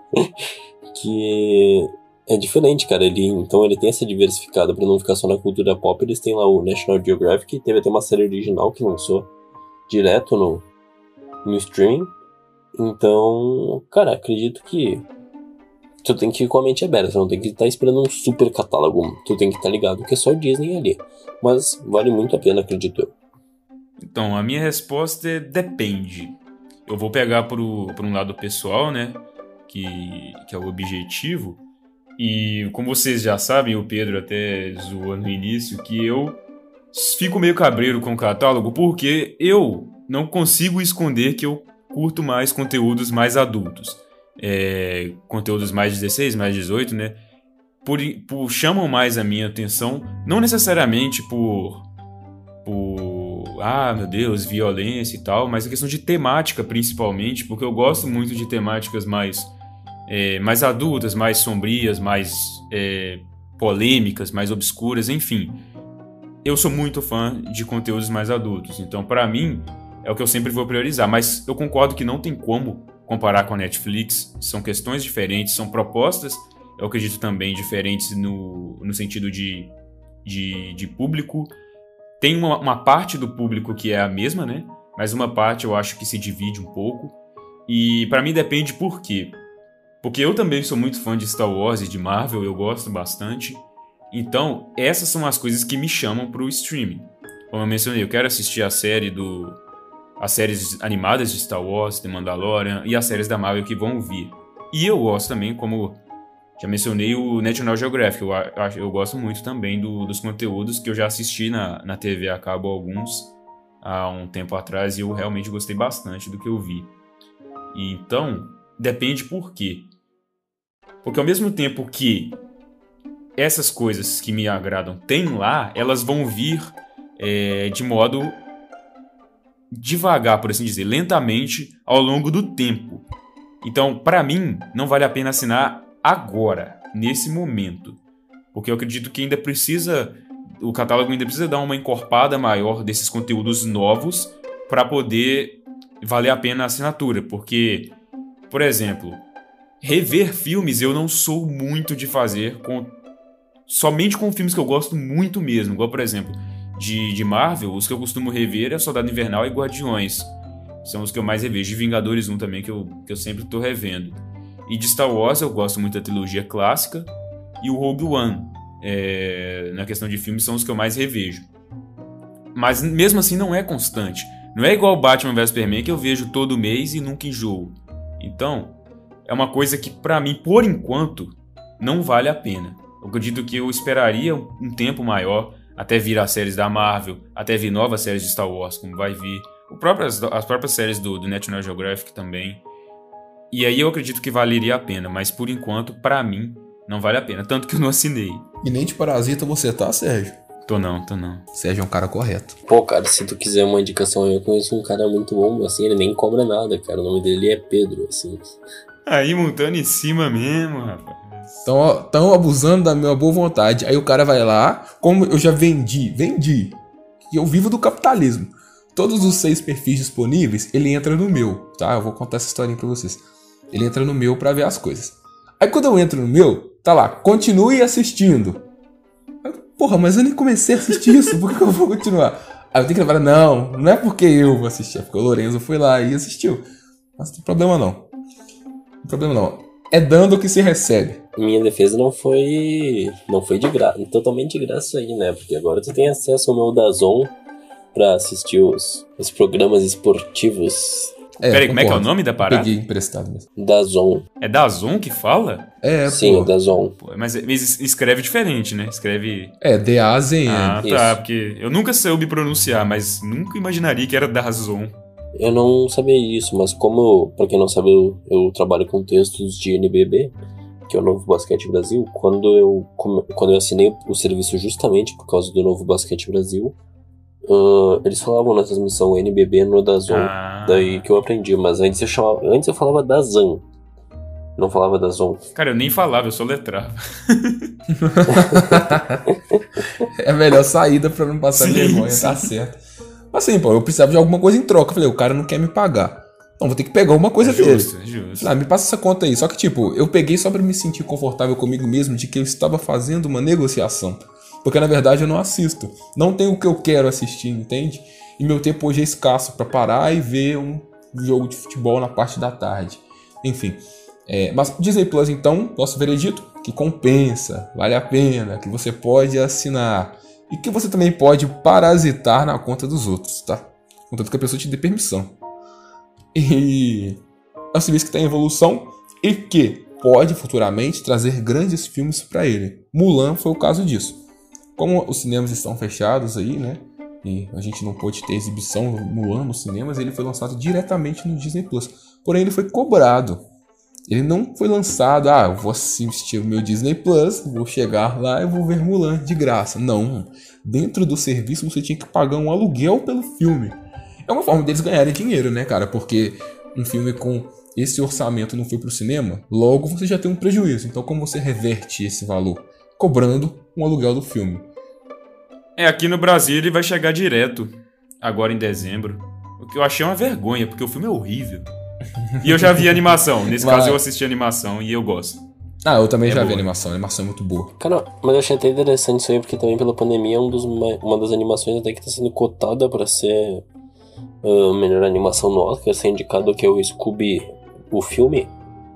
que é diferente, cara. Ele, então ele tem essa diversificada pra não ficar só na cultura pop. Eles têm lá o National Geographic, teve até uma série original que lançou direto no, no streaming. Então, cara, acredito que tu tem que ir com a mente aberta, tu não tem que estar esperando um super catálogo, tu tem que estar ligado que é só Disney ali. Mas vale muito a pena, acredito eu. Então, a minha resposta é depende. Eu vou pegar pro, pro um lado pessoal, né? Que, que é o objetivo. E como vocês já sabem, o Pedro até zoou no início, que eu fico meio cabreiro com o catálogo porque eu não consigo esconder que eu curto mais conteúdos mais adultos. É, conteúdos mais dezesseis, mais dezoito, né? Por, por, chamam mais a minha atenção, não necessariamente por, por, ah, meu Deus, violência e tal, mas a questão de temática, principalmente, porque eu gosto muito de temáticas mais, é, mais adultas, mais sombrias, mais é, polêmicas, mais obscuras, enfim. Eu sou muito fã de conteúdos mais adultos, então, pra mim, é o que eu sempre vou priorizar, mas eu concordo que não tem como comparar com a Netflix, são questões diferentes, são propostas, eu acredito também, diferentes no, no sentido de, de, de público. Tem uma, uma parte do público que é a mesma, né? Mas uma parte eu acho que se divide um pouco. E pra mim depende por quê. Porque eu também sou muito fã de Star Wars e de Marvel, eu gosto bastante. Então, essas são as coisas que me chamam pro streaming. Como eu mencionei, eu quero assistir a série do... as séries animadas de Star Wars, The Mandalorian e as séries da Marvel que vão vir. E eu gosto também, como já mencionei, o National Geographic. Eu, eu, eu gosto muito também do, dos conteúdos que eu já assisti na, na T V a cabo alguns há um tempo atrás e eu realmente gostei bastante do que eu vi. E então, depende por quê. Porque ao mesmo tempo que essas coisas que me agradam tem lá, elas vão vir é, de modo devagar, por assim dizer, lentamente ao longo do tempo. Então, para mim, não vale a pena assinar agora, nesse momento, porque eu acredito que ainda precisa, o catálogo ainda precisa dar uma encorpada maior desses conteúdos novos para poder valer a pena a assinatura, porque, por exemplo, rever filmes eu não sou muito de fazer, com, somente com filmes que eu gosto muito mesmo, igual, por exemplo, De, de Marvel, os que eu costumo rever é Soldado Invernal e Guardiões. São os que eu mais revejo. De Vingadores um também, que eu, que eu sempre tô revendo. E de Star Wars eu gosto muito da trilogia clássica. E o Rogue One, é, na questão de filmes, são os que eu mais revejo. Mas mesmo assim não é constante. Não é igual Batman versus Superman, que eu vejo todo mês e nunca enjoo. Então, é uma coisa que pra mim, por enquanto, não vale a pena. Eu acredito que eu esperaria um tempo maior até vir as séries da Marvel, até vir novas séries de Star Wars, como vai vir. O próprio, as, as próprias séries do, do National Geographic também. E aí eu acredito que valeria a pena, mas por enquanto, pra mim, não vale a pena. Tanto que eu não assinei. E nem de parasita você tá, Sérgio? Tô não, tô não. Sérgio é um cara correto. Pô, cara, se tu quiser uma indicação, eu conheço um cara muito bom, assim, ele nem cobra nada, cara. O nome dele é Pedro, assim. Aí montando em cima mesmo, rapaz. Estão abusando da minha boa vontade. Aí o cara vai lá, como eu já vendi, vendi. E eu vivo do capitalismo. Todos os seis perfis disponíveis, ele entra no meu, tá? Eu vou contar essa historinha pra vocês. Ele entra no meu pra ver as coisas. Aí quando eu entro no meu, tá lá, continue assistindo. Aí, porra, mas eu nem comecei a assistir isso, por que eu vou continuar? Aí eu tenho que levar, não, não é porque eu vou assistir, é porque o Lorenzo foi lá e assistiu. Mas não tem problema não. Não tem problema não. É dando o que se recebe. Minha defesa não foi não foi de graça, totalmente de graça aí, né? Porque agora tu tem acesso ao meu DAZN pra assistir os, os programas esportivos. É, Peraí, como é que é o nome da parada? Peguei emprestado mesmo. DAZN. É DAZN que fala? É, Sim, pô. DAZN. Pô, mas, mas escreve diferente, né? Escreve... É, D A Z N. Ah, Isso. tá, porque eu nunca soube pronunciar, mas nunca imaginaria que era DAZN. Eu não sabia isso, mas como, pra quem não sabe, eu, eu trabalho com textos de N B B, que é o Novo Basquete Brasil. Quando eu, quando eu assinei o serviço justamente por causa do Novo Basquete Brasil, Uh, eles falavam na transmissão N B B no Dazon, Ah. daí que eu aprendi, mas antes eu chamava, antes eu falava Dazan, não falava Dazon. Cara, eu nem falava, eu só letrava. É a melhor saída pra não passar Sim, vergonha, sim. tá certo. Mas assim, pô, eu precisava de alguma coisa em troca. Eu falei, o cara não quer me pagar. Então vou ter que pegar uma coisa É dele. justo, é justo. Ah, me passa essa conta aí. Só que, tipo, eu peguei só pra me sentir confortável comigo mesmo de que eu estava fazendo uma negociação. Porque, na verdade, eu não assisto. Não tem o que eu quero assistir, entende? E meu tempo hoje é escasso pra parar e ver um jogo de futebol na parte da tarde. Enfim. É, mas Disney Plus, então, nosso veredito, que compensa, vale a pena, que você pode assinar. E que você também pode parasitar na conta dos outros, tá? Contanto que a pessoa te dê permissão. E é um serviço que está em evolução e que pode futuramente trazer grandes filmes para ele. Mulan foi o caso disso. Como os cinemas estão fechados aí, né? E a gente não pôde ter exibição do Mulan nos cinemas, ele foi lançado diretamente no Disney Plus. Porém, ele foi cobrado. Ele não foi lançado, ah, eu vou assistir o meu Disney Plus, vou chegar lá e vou ver Mulan de graça. Não. Dentro do serviço você tinha que pagar um aluguel pelo filme. É uma forma deles ganharem dinheiro, né, cara? Porque um filme com esse orçamento não foi pro cinema, logo você já tem um prejuízo. Então como você reverte esse valor? Cobrando um aluguel do filme. É, aqui no Brasil ele vai chegar direto, agora em dezembro. O que eu achei uma vergonha, porque o filme é horrível. E eu já vi a animação. Nesse Mas- caso eu assisti a animação e eu gosto. Ah, eu também É já vi boa. a animação. A animação é muito boa. Cara, mas eu achei até interessante isso aí, porque também pela pandemia é um dos, ma- uma das animações até que tá sendo cotada pra ser a melhor animação no Oscar, ser indicado, que é o Scooby, o filme,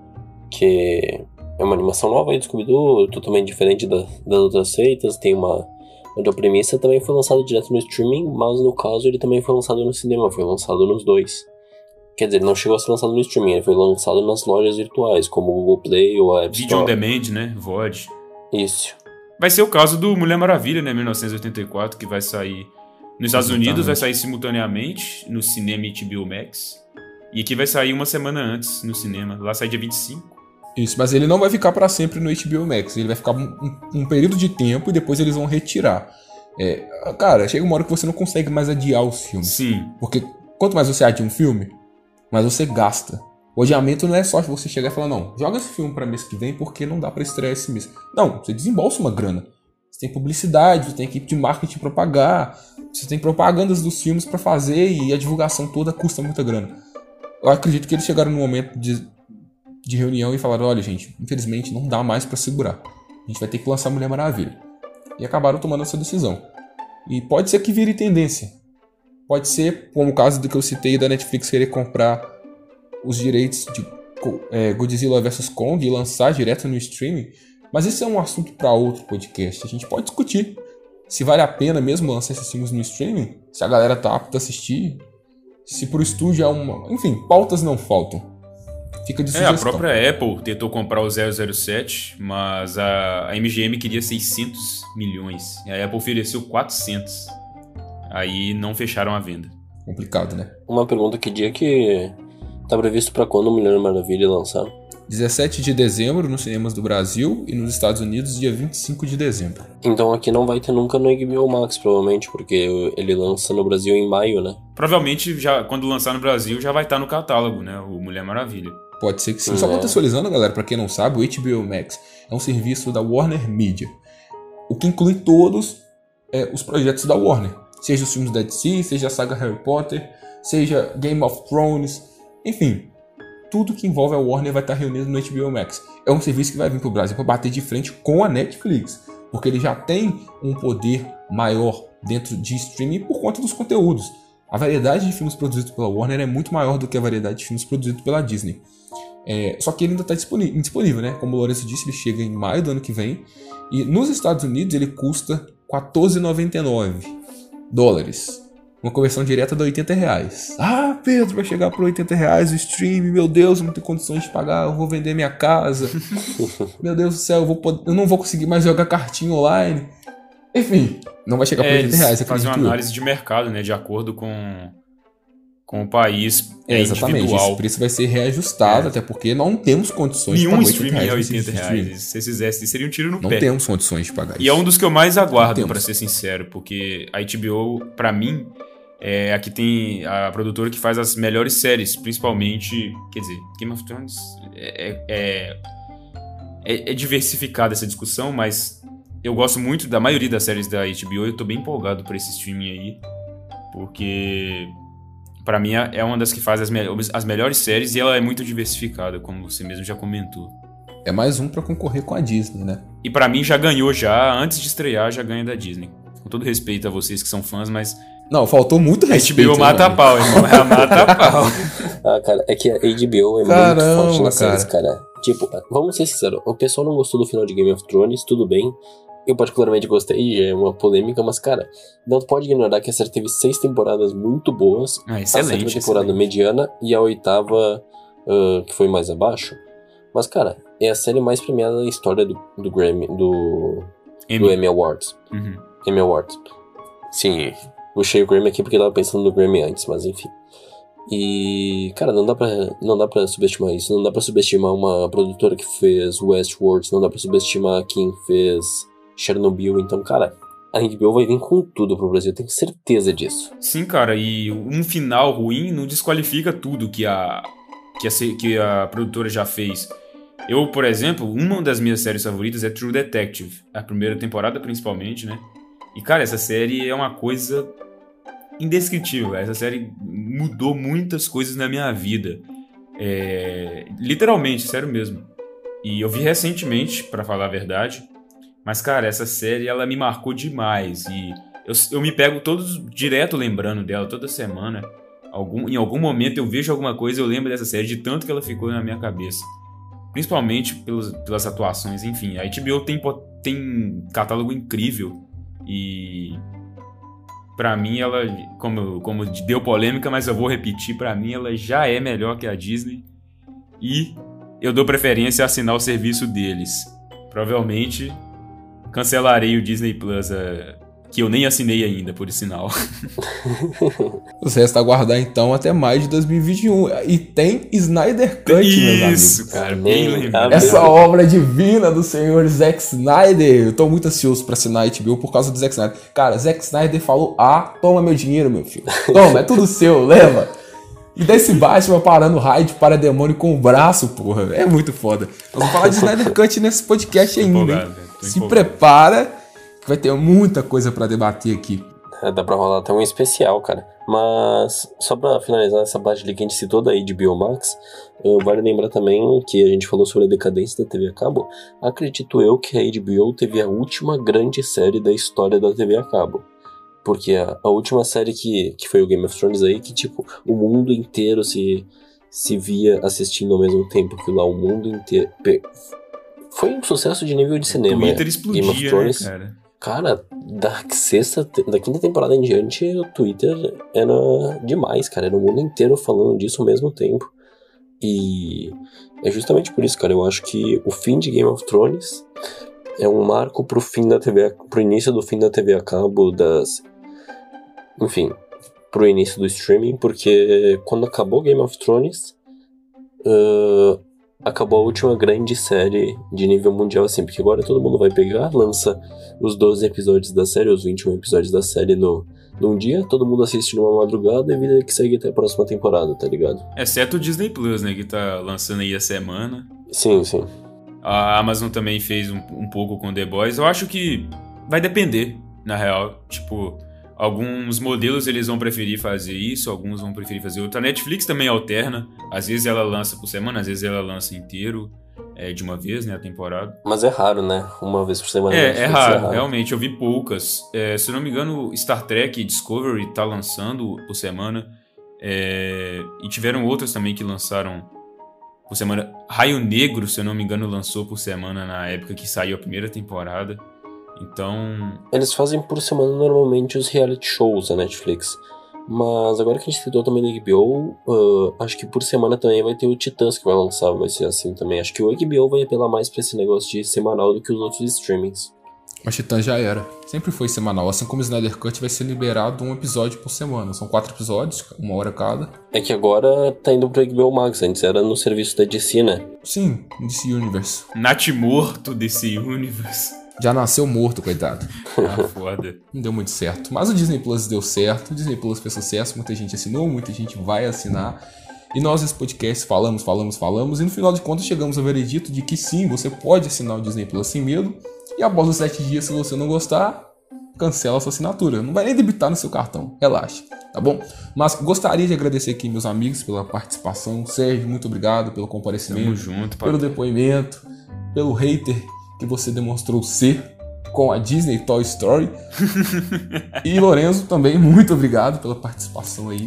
que é uma animação nova aí do Scooby-Doo, totalmente diferente da- das outras feitas, tem uma outra premissa, também foi lançado direto no streaming, mas no caso ele também foi lançado no cinema, foi lançado nos dois. Quer dizer, ele não chegou a ser lançado no streaming, ele foi lançado nas lojas virtuais, como o Google Play ou a App Video on Store. Demand, né? V O D. Isso. Vai ser o caso do Mulher Maravilha, né? mil novecentos e oitenta e quatro, que vai sair nos Estados Exatamente. Unidos, vai sair simultaneamente no cinema H B O Max. E aqui vai sair uma semana antes no cinema. Lá sai dia vinte e cinco. Isso, mas ele não vai ficar pra sempre no H B O Max. Ele vai ficar um, um- um período de tempo e depois eles vão retirar. É, cara, chega uma hora que você não consegue mais adiar os filmes. Sim. Porque quanto mais você adia um filme, mais você gasta. O adiamento não é só você chegar e falar, não, joga esse filme pra mês que vem porque não dá pra estrear esse mês. Não, você desembolsa uma grana. Você tem publicidade, você tem equipe de marketing pra pagar, você tem propagandas dos filmes pra fazer e a divulgação toda custa muita grana. Eu acredito que eles chegaram no momento de, de reunião e falaram, olha gente, infelizmente não dá mais pra segurar. A gente vai ter que lançar Mulher Maravilha. E acabaram tomando essa decisão. E pode ser que vire tendência. Pode ser, como o caso do que eu citei da Netflix querer comprar os direitos de é, Godzilla versus. Kong e lançar direto no streaming. Mas esse é um assunto para outro podcast. A gente pode discutir se vale a pena mesmo lançar esses filmes no streaming, se a galera tá apta a assistir, se pro estúdio é uma... Enfim, pautas não faltam. Fica de É, sugestão. a própria Apple tentou comprar o zero zero sete, mas a, a M G M queria seiscentos milhões. E a Apple ofereceu quatrocentos. Aí não fecharam a venda. Complicado, né? Uma pergunta, que dia que tá previsto pra quando Mulher Maravilha lançar? dezessete de dezembro nos cinemas do Brasil e nos Estados Unidos dia vinte e cinco de dezembro. Então aqui não vai ter nunca no H B O Max, provavelmente, porque ele lança no Brasil em maio, né? Provavelmente, já, quando lançar no Brasil, já vai estar no catálogo, né? O Mulher Maravilha. Pode ser que sim. Só É. contextualizando, galera, pra quem não sabe, o H B O Max é um serviço da Warner Media, o que inclui todos é, os projetos da Warner. Seja os filmes da D C, seja a saga Harry Potter, seja Game of Thrones, enfim. Tudo que envolve a Warner vai estar reunido no H B O Max. É um serviço que vai vir pro Brasil para bater de frente com a Netflix, porque ele já tem um poder maior dentro de streaming por conta dos conteúdos. A variedade de filmes produzidos pela Warner é muito maior do que a variedade de filmes produzidos pela Disney. É, só que ele ainda está indisponível, né? Como o Lourenço disse, ele chega em maio do ano que vem. E nos Estados Unidos ele custa quatorze reais e noventa e nove dólares. Uma conversão direta de oitenta reais. Ah, Pedro, vai chegar por oitenta reais o stream. Meu Deus, eu não tenho condições de pagar. Eu vou vender minha casa. Meu Deus do céu, eu, vou pod- eu não vou conseguir mais jogar cartinha online. Enfim, não vai chegar por É, oitenta eles reais, fazem uma acredito eu. análise de mercado, né? De acordo com, com o país É, exatamente, individual. esse preço vai ser reajustado, É. até porque não temos condições Nenhum de pagar streaming é oitenta oitenta reais. reais. Se vocês fizessem, seria um tiro no Não pé. temos condições de pagar E isso. é um dos que eu mais aguardo, temos. pra ser sincero, porque a H B O, pra mim, é a que tem a produtora que faz as melhores séries, principalmente, quer dizer, Game of Thrones é, é, é, é diversificada essa discussão, mas eu gosto muito da maioria das séries da H B O e eu tô bem empolgado por esse streaming aí, porque pra mim é uma das que faz as, me- as melhores séries e ela é muito diversificada, como você mesmo já comentou. É mais um pra concorrer com a Disney, né? E pra mim já ganhou já, antes de estrear, já ganha da Disney. Com todo respeito a vocês que são fãs, mas Não, faltou muito a H respeito. B O né, mata a mano? pau, irmão. É a mata a pau. Ah, cara, é que a H B O é Caramba, muito forte nas cara. séries, cara. Tipo, vamos ser sinceros, o pessoal não gostou do final de Game of Thrones, tudo bem. Eu particularmente gostei, já é uma polêmica, mas, cara, não pode ignorar que a série teve seis temporadas muito boas. Ah, A excelente. sétima temporada excelente. mediana e a oitava, ah, que foi mais abaixo. Mas, cara, é a série mais premiada da história do, do Grammy, do, Emmy. do Emmy Awards. Uhum. Emmy Awards. Sim, puxei o Grammy aqui porque eu tava pensando no Grammy antes, mas enfim. E, cara, não dá pra, não dá pra subestimar isso. Não dá pra subestimar uma produtora que fez Westworld. Não dá pra subestimar quem fez Chernobyl. Então, cara, a H B O vai vir com tudo pro Brasil. Eu tenho certeza disso. Sim, cara, e um final ruim não desqualifica tudo que a, que a, se- que a produtora já fez. Eu, por exemplo, uma das minhas séries favoritas é True Detective. A primeira temporada, principalmente, né? E, cara, essa série é uma coisa indescritível. Essa série mudou muitas coisas na minha vida. É, literalmente, sério mesmo. E eu vi recentemente, pra falar a verdade. Mas, cara, essa série, ela me marcou demais. E eu, eu me pego todos direto lembrando dela, toda semana. Algum, em algum momento eu vejo alguma coisa, eu lembro dessa série, de tanto que ela ficou na minha cabeça. Principalmente pelos, pelas atuações, enfim. A H B O tem, po- tem catálogo incrível. E pra mim ela, como, como deu polêmica, mas eu vou repetir, pra mim ela já é melhor que a Disney. E eu dou preferência a assinar o serviço deles. Provavelmente cancelarei o Disney Plus, eh, que eu nem assinei ainda, por sinal. Os resta aguardar então até maio de dois mil e vinte e um. E tem Snyder Cut, meus amigos. Isso, cara, bem Amém, lembrado. amém. Essa obra divina do senhor Zack Snyder. Eu tô muito ansioso pra assinar a H B O por causa do Zack Snyder. Cara, Zack Snyder falou: ah, toma meu dinheiro, meu filho. Toma, é tudo seu, leva. E desse Batman parando raio de parademônio com o braço, porra. É muito foda. Nós vamos falar de Snyder Cut nesse podcast Tô ainda, hein? empolgado, velho, tô Se empolgado. prepara, que vai ter muita coisa pra debater aqui. É, dá pra rolar até um especial, cara. Mas, só pra finalizar essa parte ali que a gente citou da H B O Max, uh, vale lembrar também que a gente falou sobre a decadência da T V a cabo. Acredito eu que a H B O teve a última grande série da história da T V a cabo. Porque a, a última série que, que foi o Game of Thrones aí, que tipo, o mundo inteiro se, se via assistindo ao mesmo tempo que lá, o mundo inteiro... pe- Foi um sucesso de nível de cinema. Twitter Game of explodia, né, Thrones, cara? cara, da sexta, da quinta temporada em diante, o Twitter era demais, cara. Era o mundo inteiro falando disso ao mesmo tempo. E é justamente por isso, cara. Eu acho que o fim de Game of Thrones é um marco pro fim da T V, a- pro início do fim da T V a cabo, das, enfim, pro início do streaming, porque quando acabou Game of Thrones, ah, acabou a última grande série de nível mundial, assim, porque agora todo mundo vai pegar, lança os doze episódios da série, os vinte e um episódios da série no, num dia, todo mundo assiste numa madrugada e vida que segue até a próxima temporada, tá ligado? Exceto o Disney Plus, né, que tá lançando aí a semana. Sim, sim. A Amazon também fez um, um pouco com The Boys. Eu acho que vai depender, na real. Tipo, alguns modelos eles vão preferir fazer isso, alguns vão preferir fazer outro. A Netflix também alterna. Às vezes ela lança por semana, às vezes ela lança inteiro, é, de uma vez, né, a temporada. Mas é raro, né? Uma vez por semana. É, Netflix é raro, realmente. Eu vi poucas. É, se eu não me engano, Star Trek Discovery tá lançando por semana. É, e tiveram outras também que lançaram por semana. Raio Negro, se eu não me engano, lançou por semana na época que saiu a primeira temporada. Então, Eles fazem por semana normalmente os reality shows da Netflix. Mas agora que a gente citou também da H B O, ah, acho que por semana também vai ter o Titãs que vai lançar, vai ser assim também. Acho que o H B O vai apelar mais pra esse negócio de semanal do que os outros streamings. Mas Titãs já era. Sempre foi semanal. Assim como o Snyder Cut vai ser liberado um episódio por semana. São quatro episódios, uma hora cada. É que agora tá indo pro H B O Max, antes era no serviço da D C, né? Sim, D C Universe. Natimorto desse universe. Já nasceu morto, coitado. Ah, foda. Não deu muito certo. Mas o Disney Plus deu certo. O Disney Plus fez sucesso. Muita gente assinou, muita gente vai assinar. E nós, nesse podcast, falamos, falamos, falamos. E no final de contas, chegamos ao veredito de que sim, você pode assinar o Disney Plus sem medo. E após os sete dias, se você não gostar, cancela a sua assinatura. Não vai nem debitar no seu cartão. Relaxa, tá bom? Mas gostaria de agradecer aqui meus amigos pela participação. Sérgio, muito obrigado pelo comparecimento. Tamo junto, pai. Pelo depoimento. Pelo hater que você demonstrou ser com a Disney Toy Story. E Lorenzo também, muito obrigado pela participação aí.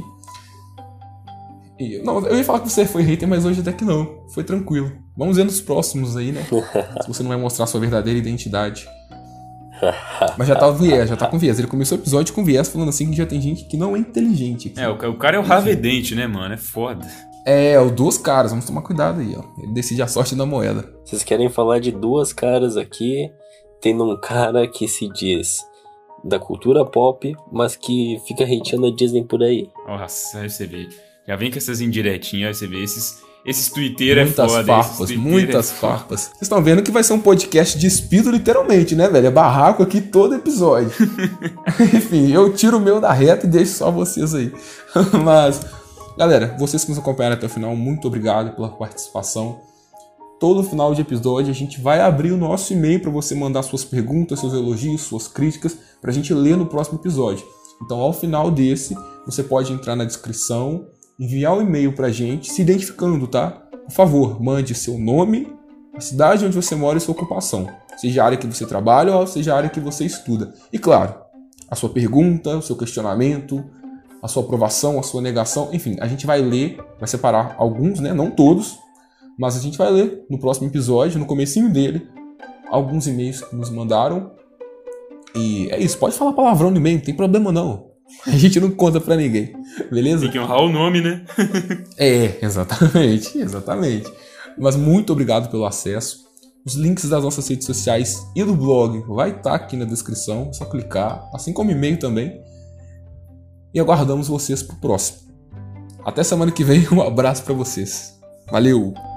E, não, eu ia falar que você foi hater, mas hoje até que não. Foi tranquilo. Vamos ver nos próximos aí, né? Se você não vai mostrar sua verdadeira identidade. Mas já tá viés, já tá com viés. Ele começou o episódio com viés falando assim que já tem gente que não é inteligente aqui. É, o, o cara é o Ravedente, né, mano? É foda. É, o duas caras, vamos tomar cuidado aí, ó. Ele decide a sorte da moeda. Vocês querem falar de duas caras aqui? Tem um cara que se diz da cultura pop, mas que fica hateando a Disney por aí. Nossa, aí você vê. Já vem com essas indiretinhas, aí você vê esses, esses twitteiros é Muitas foda. farpas, esses muitas é farpas. Vocês estão vendo que vai ser um podcast despido literalmente, né, velho? É barraco aqui todo episódio. Enfim, eu tiro o meu da reta e deixo só vocês aí. Mas, galera, vocês que nos acompanharam até o final, muito obrigado pela participação. Todo final de episódio a gente vai abrir o nosso e-mail para você mandar suas perguntas, seus elogios, suas críticas, para a gente ler no próximo episódio. Então, ao final desse, você pode entrar na descrição, enviar um e-mail pra gente se identificando, tá? Por favor, mande seu nome, a cidade onde você mora e sua ocupação. Seja a área que você trabalha ou seja a área que você estuda. E claro, a sua pergunta, o seu questionamento, a sua aprovação, a sua negação, enfim, a gente vai ler, vai separar alguns, né? Não todos, mas a gente vai ler no próximo episódio, no comecinho dele, alguns e-mails que nos mandaram. E é isso, pode falar palavrão no e-mail, não tem problema não. A gente não conta pra ninguém, beleza? Tem que honrar o nome, né? É, exatamente, exatamente. Mas muito obrigado pelo acesso. Os links das nossas redes sociais e do blog vai estar aqui na descrição, é só clicar, assim como e-mail também. E aguardamos vocês pro próximo. Até semana que vem, um abraço pra vocês. Valeu!